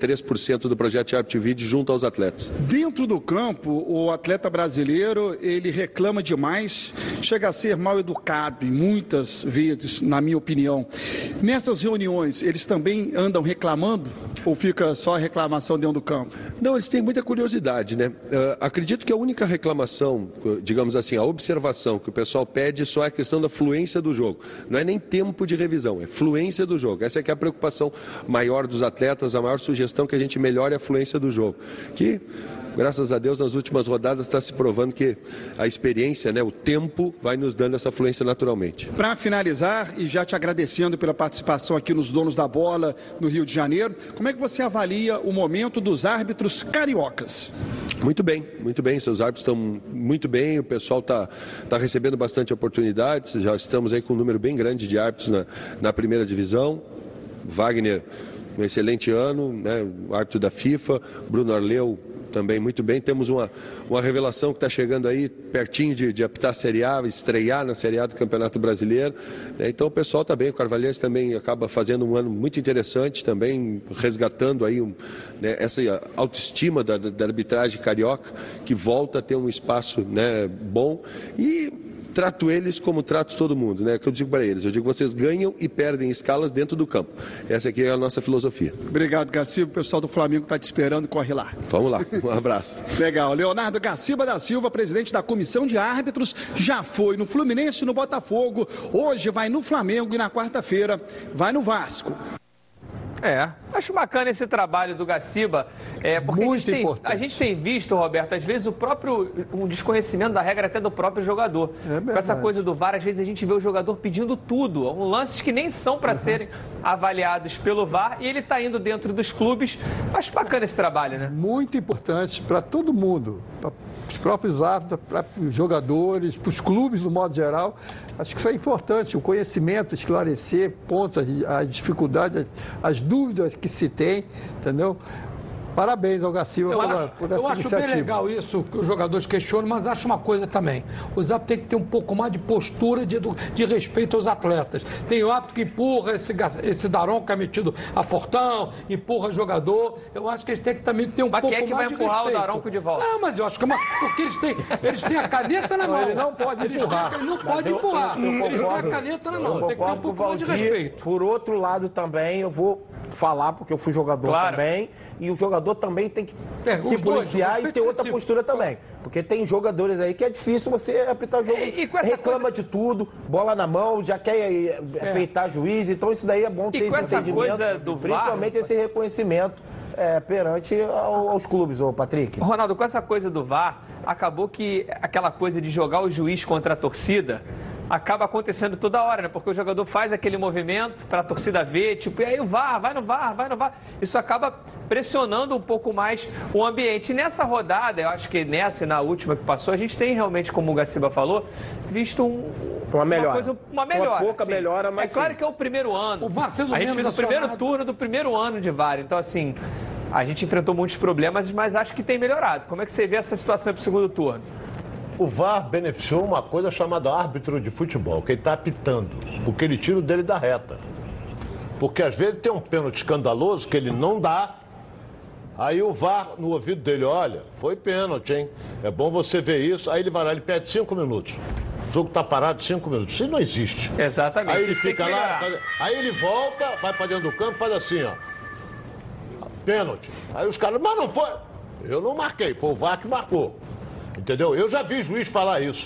K: 93% do projeto de árbitro de vídeo junto aos atletas.
J: Dentro do campo, o atleta brasileiro, ele reclama demais, chega a ser mal educado muitas vezes, na minha opinião. Nessas reuniões, eles também andam reclamando ou fica só a reclamação dentro do campo?
K: Não, eles têm muita curiosidade, né? Acredito que a única reclamação, digamos assim, a observação que o pessoal pede só é a questão da fluência do jogo. Não é nem tempo de revisão, é fluência do jogo. Essa é que é a preocupação maior dos atletas, a maior sugestão que a gente melhore a fluência do jogo. Que, graças a Deus, nas últimas rodadas está se provando que a experiência, né, o tempo vai nos dando essa fluência naturalmente.
J: Para finalizar, e já te agradecendo pela participação aqui nos Donos da Bola no Rio de Janeiro, como é que você avalia o momento dos árbitros cariocas?
K: Muito bem, seus árbitros estão muito bem, o pessoal está recebendo bastante oportunidades, já estamos aí com um número bem grande de árbitros na primeira divisão. Wagner, um excelente ano, né, o árbitro da FIFA, Bruno Arleu também muito bem. Temos uma revelação que está chegando aí pertinho de apitar a Série A, estrear na Série A do Campeonato Brasileiro. Né? Então o pessoal está bem, o Carvalhais também acaba fazendo um ano muito interessante, também resgatando aí né, essa autoestima da arbitragem carioca, que volta a ter um espaço, né, bom. E trato eles como trato todo mundo, né? Que eu digo para eles, eu digo vocês ganham e perdem escalas dentro do campo. Essa aqui é a nossa filosofia.
J: Obrigado, Gaciba. O pessoal do Flamengo está te esperando, corre lá.
K: Vamos lá, um abraço.
J: Legal. Leonardo Gaciba da Silva, presidente da Comissão de Árbitros, já foi no Fluminense e no Botafogo, hoje vai no Flamengo e na quarta-feira vai no Vasco.
A: Acho bacana esse trabalho do Gaciba, porque a gente tem visto, Roberto, às vezes um desconhecimento da regra até do próprio jogador. Com essa coisa do VAR, às vezes a gente vê o jogador pedindo tudo, lances que nem são para serem avaliados pelo VAR, e ele está indo dentro dos clubes. Acho bacana esse trabalho, né?
G: Muito importante para todo mundo, para os próprios árbitros, para os jogadores, para os clubes, no modo geral. Acho que isso é importante, o conhecimento, esclarecer pontos, as dificuldades, as dúvidas que se tem, entendeu? Parabéns ao Gaciba por essa
B: eu acho
G: iniciativa.
B: bem legal isso que os jogadores questionam, mas acho uma coisa também. Os árbitros têm que ter um pouco mais de postura de respeito aos atletas. Tem o árbitro que empurra esse Daronco que é metido a fortão, empurra jogador. Eu acho que eles têm que também ter um pouco mais de respeito. Mas quem é que vai empurrar o Daronco de volta? Não, mas eu acho que porque eles têm a caneta na mão.
G: Ele não pode empurrar.
B: Ele não pode empurrar. Eles têm a caneta na mão. Tem que ter um pouco mais de respeito.
C: Por outro lado também, eu vou falar, porque eu fui jogador também, e o jogador também tem que se policiar e ter outra postura também. Porque tem jogadores aí que é difícil você apitar o jogo, reclama de tudo, bola na mão, já quer peitar juiz, então isso daí é bom ter esse entendimento, principalmente esse reconhecimento perante aos clubes, Patrick.
A: Ronaldo, com essa coisa do VAR, acabou que aquela coisa de jogar o juiz contra a torcida acaba acontecendo toda hora, né? Porque o jogador faz aquele movimento para a torcida ver, e aí o VAR, vai no VAR. Isso acaba pressionando um pouco mais o ambiente. E nessa rodada, eu acho que nessa e na última que passou, a gente tem realmente, como o Gaciba falou, visto
C: uma melhora.
A: Uma melhora.
C: Uma pouca melhora, mas
A: é claro que é o primeiro ano.
B: O VAR sendo
A: a gente fez o primeiro turno do primeiro ano de VAR. Então, assim, a gente enfrentou muitos problemas, mas acho que tem melhorado. Como é que você vê essa situação para o segundo turno?
H: O VAR beneficiou uma coisa chamada árbitro de futebol, que ele está apitando, porque ele tira o dele da reta. Porque às vezes tem um pênalti escandaloso que ele não dá, aí o VAR no ouvido dele, olha, foi pênalti, hein? É bom você ver isso. Aí ele vai lá, ele pede 5 minutos. O jogo está parado 5 minutos. Isso não existe.
A: Exatamente.
H: Aí ele fica lá, aí ele volta, vai para dentro do campo e faz assim, ó. Pênalti. Aí os caras, mas não foi. Eu não marquei, foi o VAR que marcou. Entendeu? Eu já vi juiz falar isso.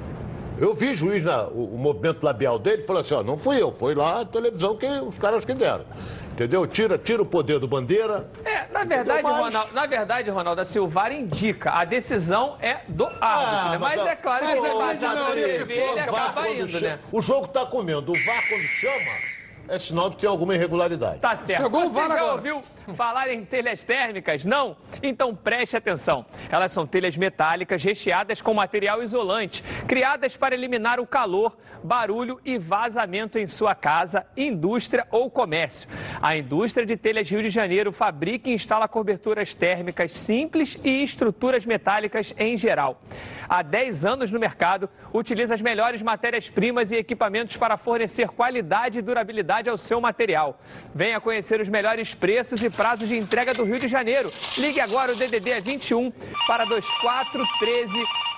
H: Eu vi juiz, o movimento labial dele, falou assim, ó, não fui eu, foi lá a televisão que os caras que deram. Entendeu? Tira o poder do Bandeira.
A: Na verdade, Ronaldo, assim, o VAR indica, a decisão é do árbitro, né? Mas é claro que você vai na TV, ele acaba indo, né?
H: O jogo tá comendo, o VAR quando chama, é sinal de que tem alguma irregularidade.
A: Tá certo.
B: Chegou o
A: Você
B: VAR
A: já
B: agora.
A: ouviu falar em telhas térmicas? Não? Então preste atenção. Elas são telhas metálicas recheadas com material isolante, criadas para eliminar o calor, barulho e vazamento em sua casa, indústria ou comércio. A indústria de telhas Rio de Janeiro fabrica e instala coberturas térmicas simples e estruturas metálicas em geral. Há 10 anos no mercado, utiliza as melhores matérias-primas e equipamentos para fornecer qualidade e durabilidade ao seu material. Venha conhecer os melhores preços e prazos de entrega do Rio de Janeiro. Ligue agora, o DDD é 21 para 2413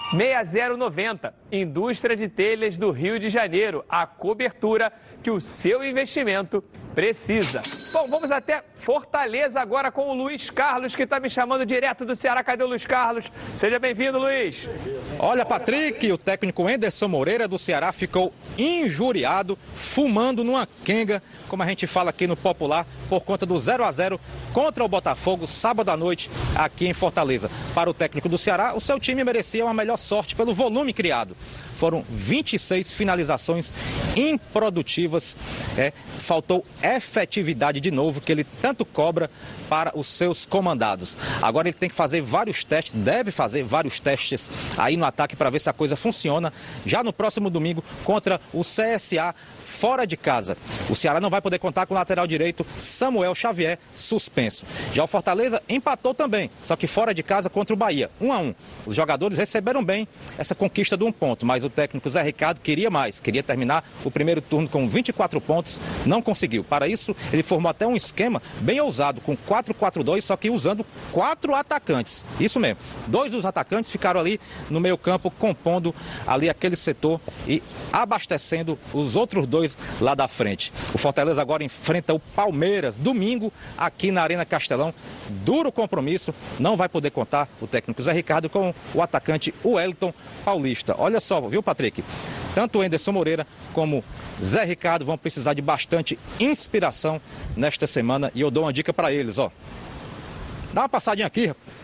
A: 6090. Indústria de Telhas do Rio de Janeiro. A cobertura que o seu investimento precisa. Bom, vamos até Fortaleza agora com o Luiz Carlos, que está me chamando direto do Ceará. Cadê o Luiz Carlos? Seja bem-vindo, Luiz.
F: Olha, Patrick, o técnico Enderson Moreira do Ceará ficou injuriado, fumando numa quenga, como a gente fala aqui no popular, por conta do 0-0 contra o Botafogo, sábado à noite, aqui em Fortaleza. Para o técnico do Ceará, o seu time merecia uma melhor sorte pelo volume criado. Foram 26 finalizações improdutivas. Faltou efetividade de novo, que ele tanto cobra para os seus comandados. Agora ele tem que fazer vários testes, deve fazer vários testes aí no ataque para ver se a coisa funciona já no próximo domingo contra o CSA fora de casa. O Ceará não vai poder contar com o lateral direito Samuel Xavier, suspenso. Já o Fortaleza empatou também, só que fora de casa contra o Bahia, 1-1. Os jogadores receberam bem essa conquista de 1 ponto, mas o técnico Zé Ricardo queria mais, queria terminar o primeiro turno com 24 pontos, não conseguiu. Para isso, ele formou até um esquema bem ousado, com 4-4-2, só que usando 4 atacantes. Isso mesmo, 2 dos atacantes ficaram ali no meio campo, compondo ali aquele setor e abastecendo os outros 2 lá da frente. O Fortaleza agora enfrenta o Palmeiras, domingo, aqui na Arena Castelão. Duro compromisso, não vai poder contar o técnico Zé Ricardo com o atacante Wellington Paulista. Olha só, viu, Patrick? Tanto o Enderson Moreira como Zé Ricardo vão precisar de bastante inspiração nesta semana e eu dou uma dica para eles, ó. Dá uma passadinha aqui, rapaz.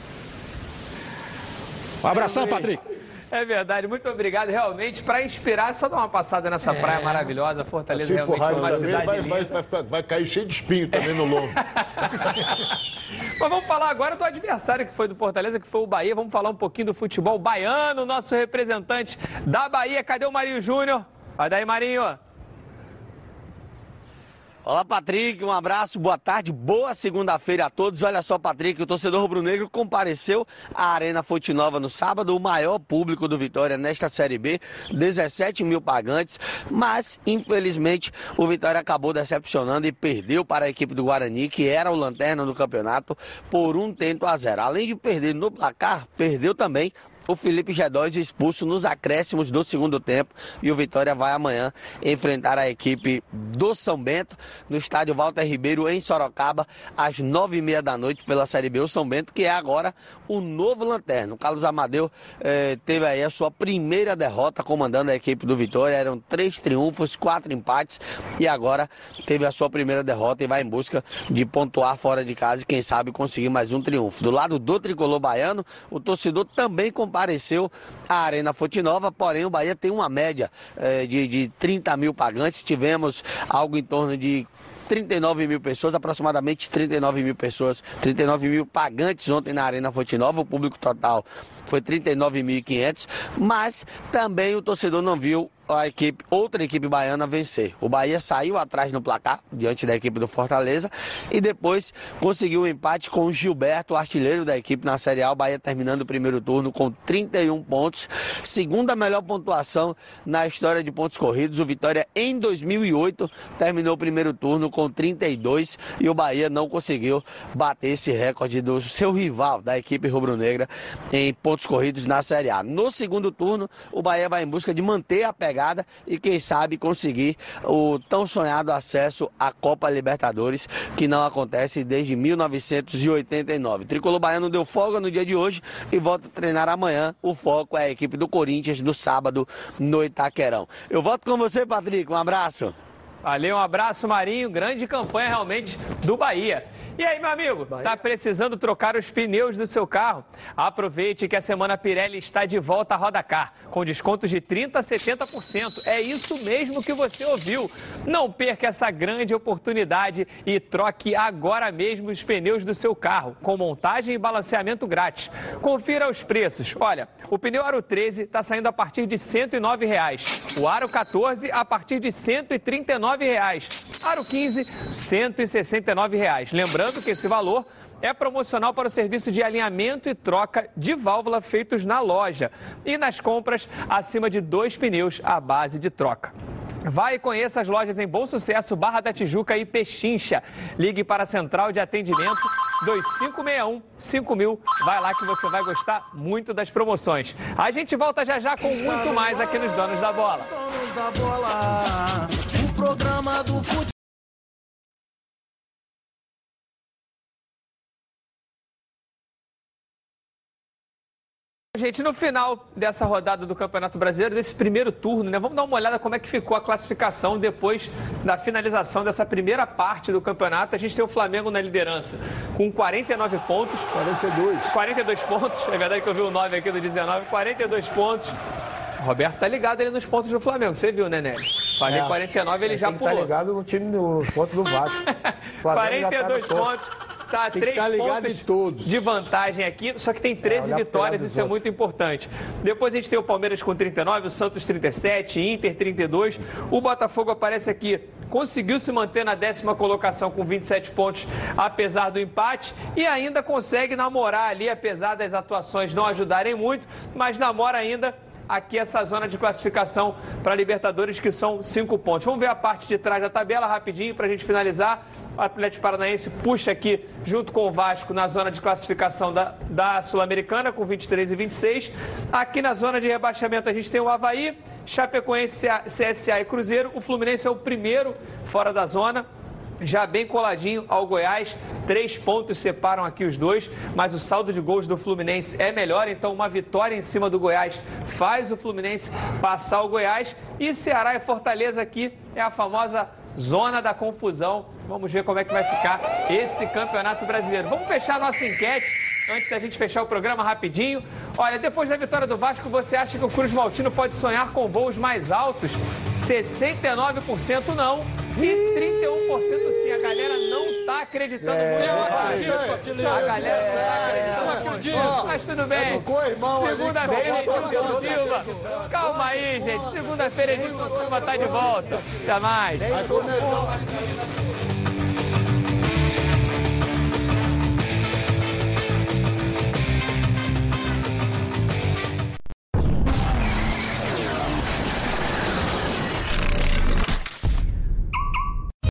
F: Um abração, Patrick.
A: É verdade, muito obrigado. Realmente, para inspirar, só dar uma passada nessa praia maravilhosa. Fortaleza realmente é uma cidade linda.
H: Vai cair cheio de espinho também no lombo.
A: Mas vamos falar agora do adversário que foi do Fortaleza, que foi o Bahia. Vamos falar um pouquinho do futebol baiano, nosso representante da Bahia. Cadê o Marinho Júnior? Vai daí, Marinho.
L: Olá, Patrick, um abraço, boa tarde, boa segunda-feira a todos. Olha só, Patrick, o torcedor rubro-negro compareceu à Arena Fonte Nova no sábado, o maior público do Vitória nesta Série B, 17 mil pagantes, mas, infelizmente, o Vitória acabou decepcionando e perdeu para a equipe do Guarani, que era o lanterna do campeonato, por 1-0. Além de perder no placar, perdeu também o Felipe G2 expulso nos acréscimos do segundo tempo e o Vitória vai amanhã enfrentar a equipe do São Bento no estádio Walter Ribeiro em Sorocaba às 9h30 da noite pela Série B. O São Bento, que é agora o novo lanterna. O Carlos Amadeu teve aí a sua primeira derrota comandando a equipe do Vitória. Eram 3 triunfos, 4 empates e agora teve a sua primeira derrota e vai em busca de pontuar fora de casa e quem sabe conseguir mais um triunfo. Do lado do tricolor baiano, o torcedor também compareceu à Arena Fonte Nova, porém o Bahia tem uma média de 30 mil pagantes. Tivemos algo em torno de 39 mil pessoas, aproximadamente 39 mil pessoas, 39 mil pagantes ontem na Arena Fonte Nova. O público total foi 39.500, mas também o torcedor não viu outra equipe baiana vencer. O Bahia saiu atrás no placar, diante da equipe do Fortaleza, e depois conseguiu um empate com o Gilberto, artilheiro da equipe na Série A. O Bahia terminando o primeiro turno com 31 pontos, segunda melhor pontuação na história de pontos corridos. O Vitória, em 2008, terminou o primeiro turno com 32, e o Bahia não conseguiu bater esse recorde do seu rival, da equipe rubro-negra, em pontos corridos na Série A. No segundo turno, o Bahia vai em busca de manter a pegada e quem sabe conseguir o tão sonhado acesso à Copa Libertadores, que não acontece desde 1989. O tricolor baiano deu folga no dia de hoje e volta a treinar amanhã. O foco é a equipe do Corinthians no sábado no Itaquerão. Eu volto com você, Patrick. Um abraço.
A: Valeu, um abraço, Marinho. Grande campanha, realmente, do Bahia. E aí, meu amigo, tá precisando trocar os pneus do seu carro? Aproveite que a Semana Pirelli está de volta à Rodacar, com descontos de 30% a 70%. É isso mesmo que você ouviu. Não perca essa grande oportunidade e troque agora mesmo os pneus do seu carro, com montagem e balanceamento grátis. Confira os preços. Olha, o pneu Aro 13 está saindo a partir de R$ 109,00. O Aro 14 a partir de R$ 139,00. Aro 15, R$ 169,00. Lembrando que esse valor é promocional para o serviço de alinhamento e troca de válvula feitos na loja e nas compras acima de 2 pneus à base de troca. Vai e conheça as lojas em Bom Sucesso, Barra da Tijuca e Pechincha. Ligue para a Central de Atendimento 2561-5000. Vai lá que você vai gostar muito das promoções. A gente volta já já com muito mais aqui nos Donos da Bola.
N: O programa do futebol.
A: Gente, no final dessa rodada do Campeonato Brasileiro, desse primeiro turno, né? Vamos dar uma olhada como é que ficou a classificação depois da finalização dessa primeira parte do campeonato. A gente tem o Flamengo na liderança com 49 pontos. 42 pontos. É verdade que eu vi o 9 aqui do 19. 42 pontos. O Roberto tá ligado ali nos pontos do Flamengo. Você viu, né, Nelly? Falei 49, ele já pulou.
C: Tá ligado no time do ponto do Vasco.
A: 42 pontos. Tá, 3 pontos de vantagem aqui, só que tem 13 vitórias, isso é muito importante. Depois a gente tem o Palmeiras com 39, o Santos 37, Inter 32. O Botafogo aparece aqui, conseguiu se manter na 10ª colocação com 27 pontos, apesar do empate, e ainda consegue namorar ali, apesar das atuações não ajudarem muito, mas namora ainda aqui essa zona de classificação para a Libertadores, que são 5 pontos. Vamos ver a parte de trás da tabela rapidinho para a gente finalizar. O Atlético Paranaense puxa aqui, junto com o Vasco, na zona de classificação da Sul-Americana, com 23 e 26. Aqui na zona de rebaixamento a gente tem o Avaí, Chapecoense, CSA e Cruzeiro. O Fluminense é o primeiro fora da zona, já bem coladinho ao Goiás. 3 pontos separam aqui os dois, mas o saldo de gols do Fluminense é melhor, então uma vitória em cima do Goiás faz o Fluminense passar o Goiás. E Ceará e Fortaleza aqui é a famosa zona da confusão. Vamos ver como é que vai ficar esse Campeonato Brasileiro. Vamos fechar a nossa enquete antes da gente fechar o programa rapidinho. Olha, depois da vitória do Vasco, você acha que o Cruz Maltino pode sonhar com voos mais altos? 69% não e 31% sim. A galera não tá acreditando muito no Vasco. A galera não tá acreditando muito. Mas tudo bem. Segunda-feira, Edilson Silva. Calma aí, gente. Segunda-feira, Edilson Silva tá de volta. Até mais.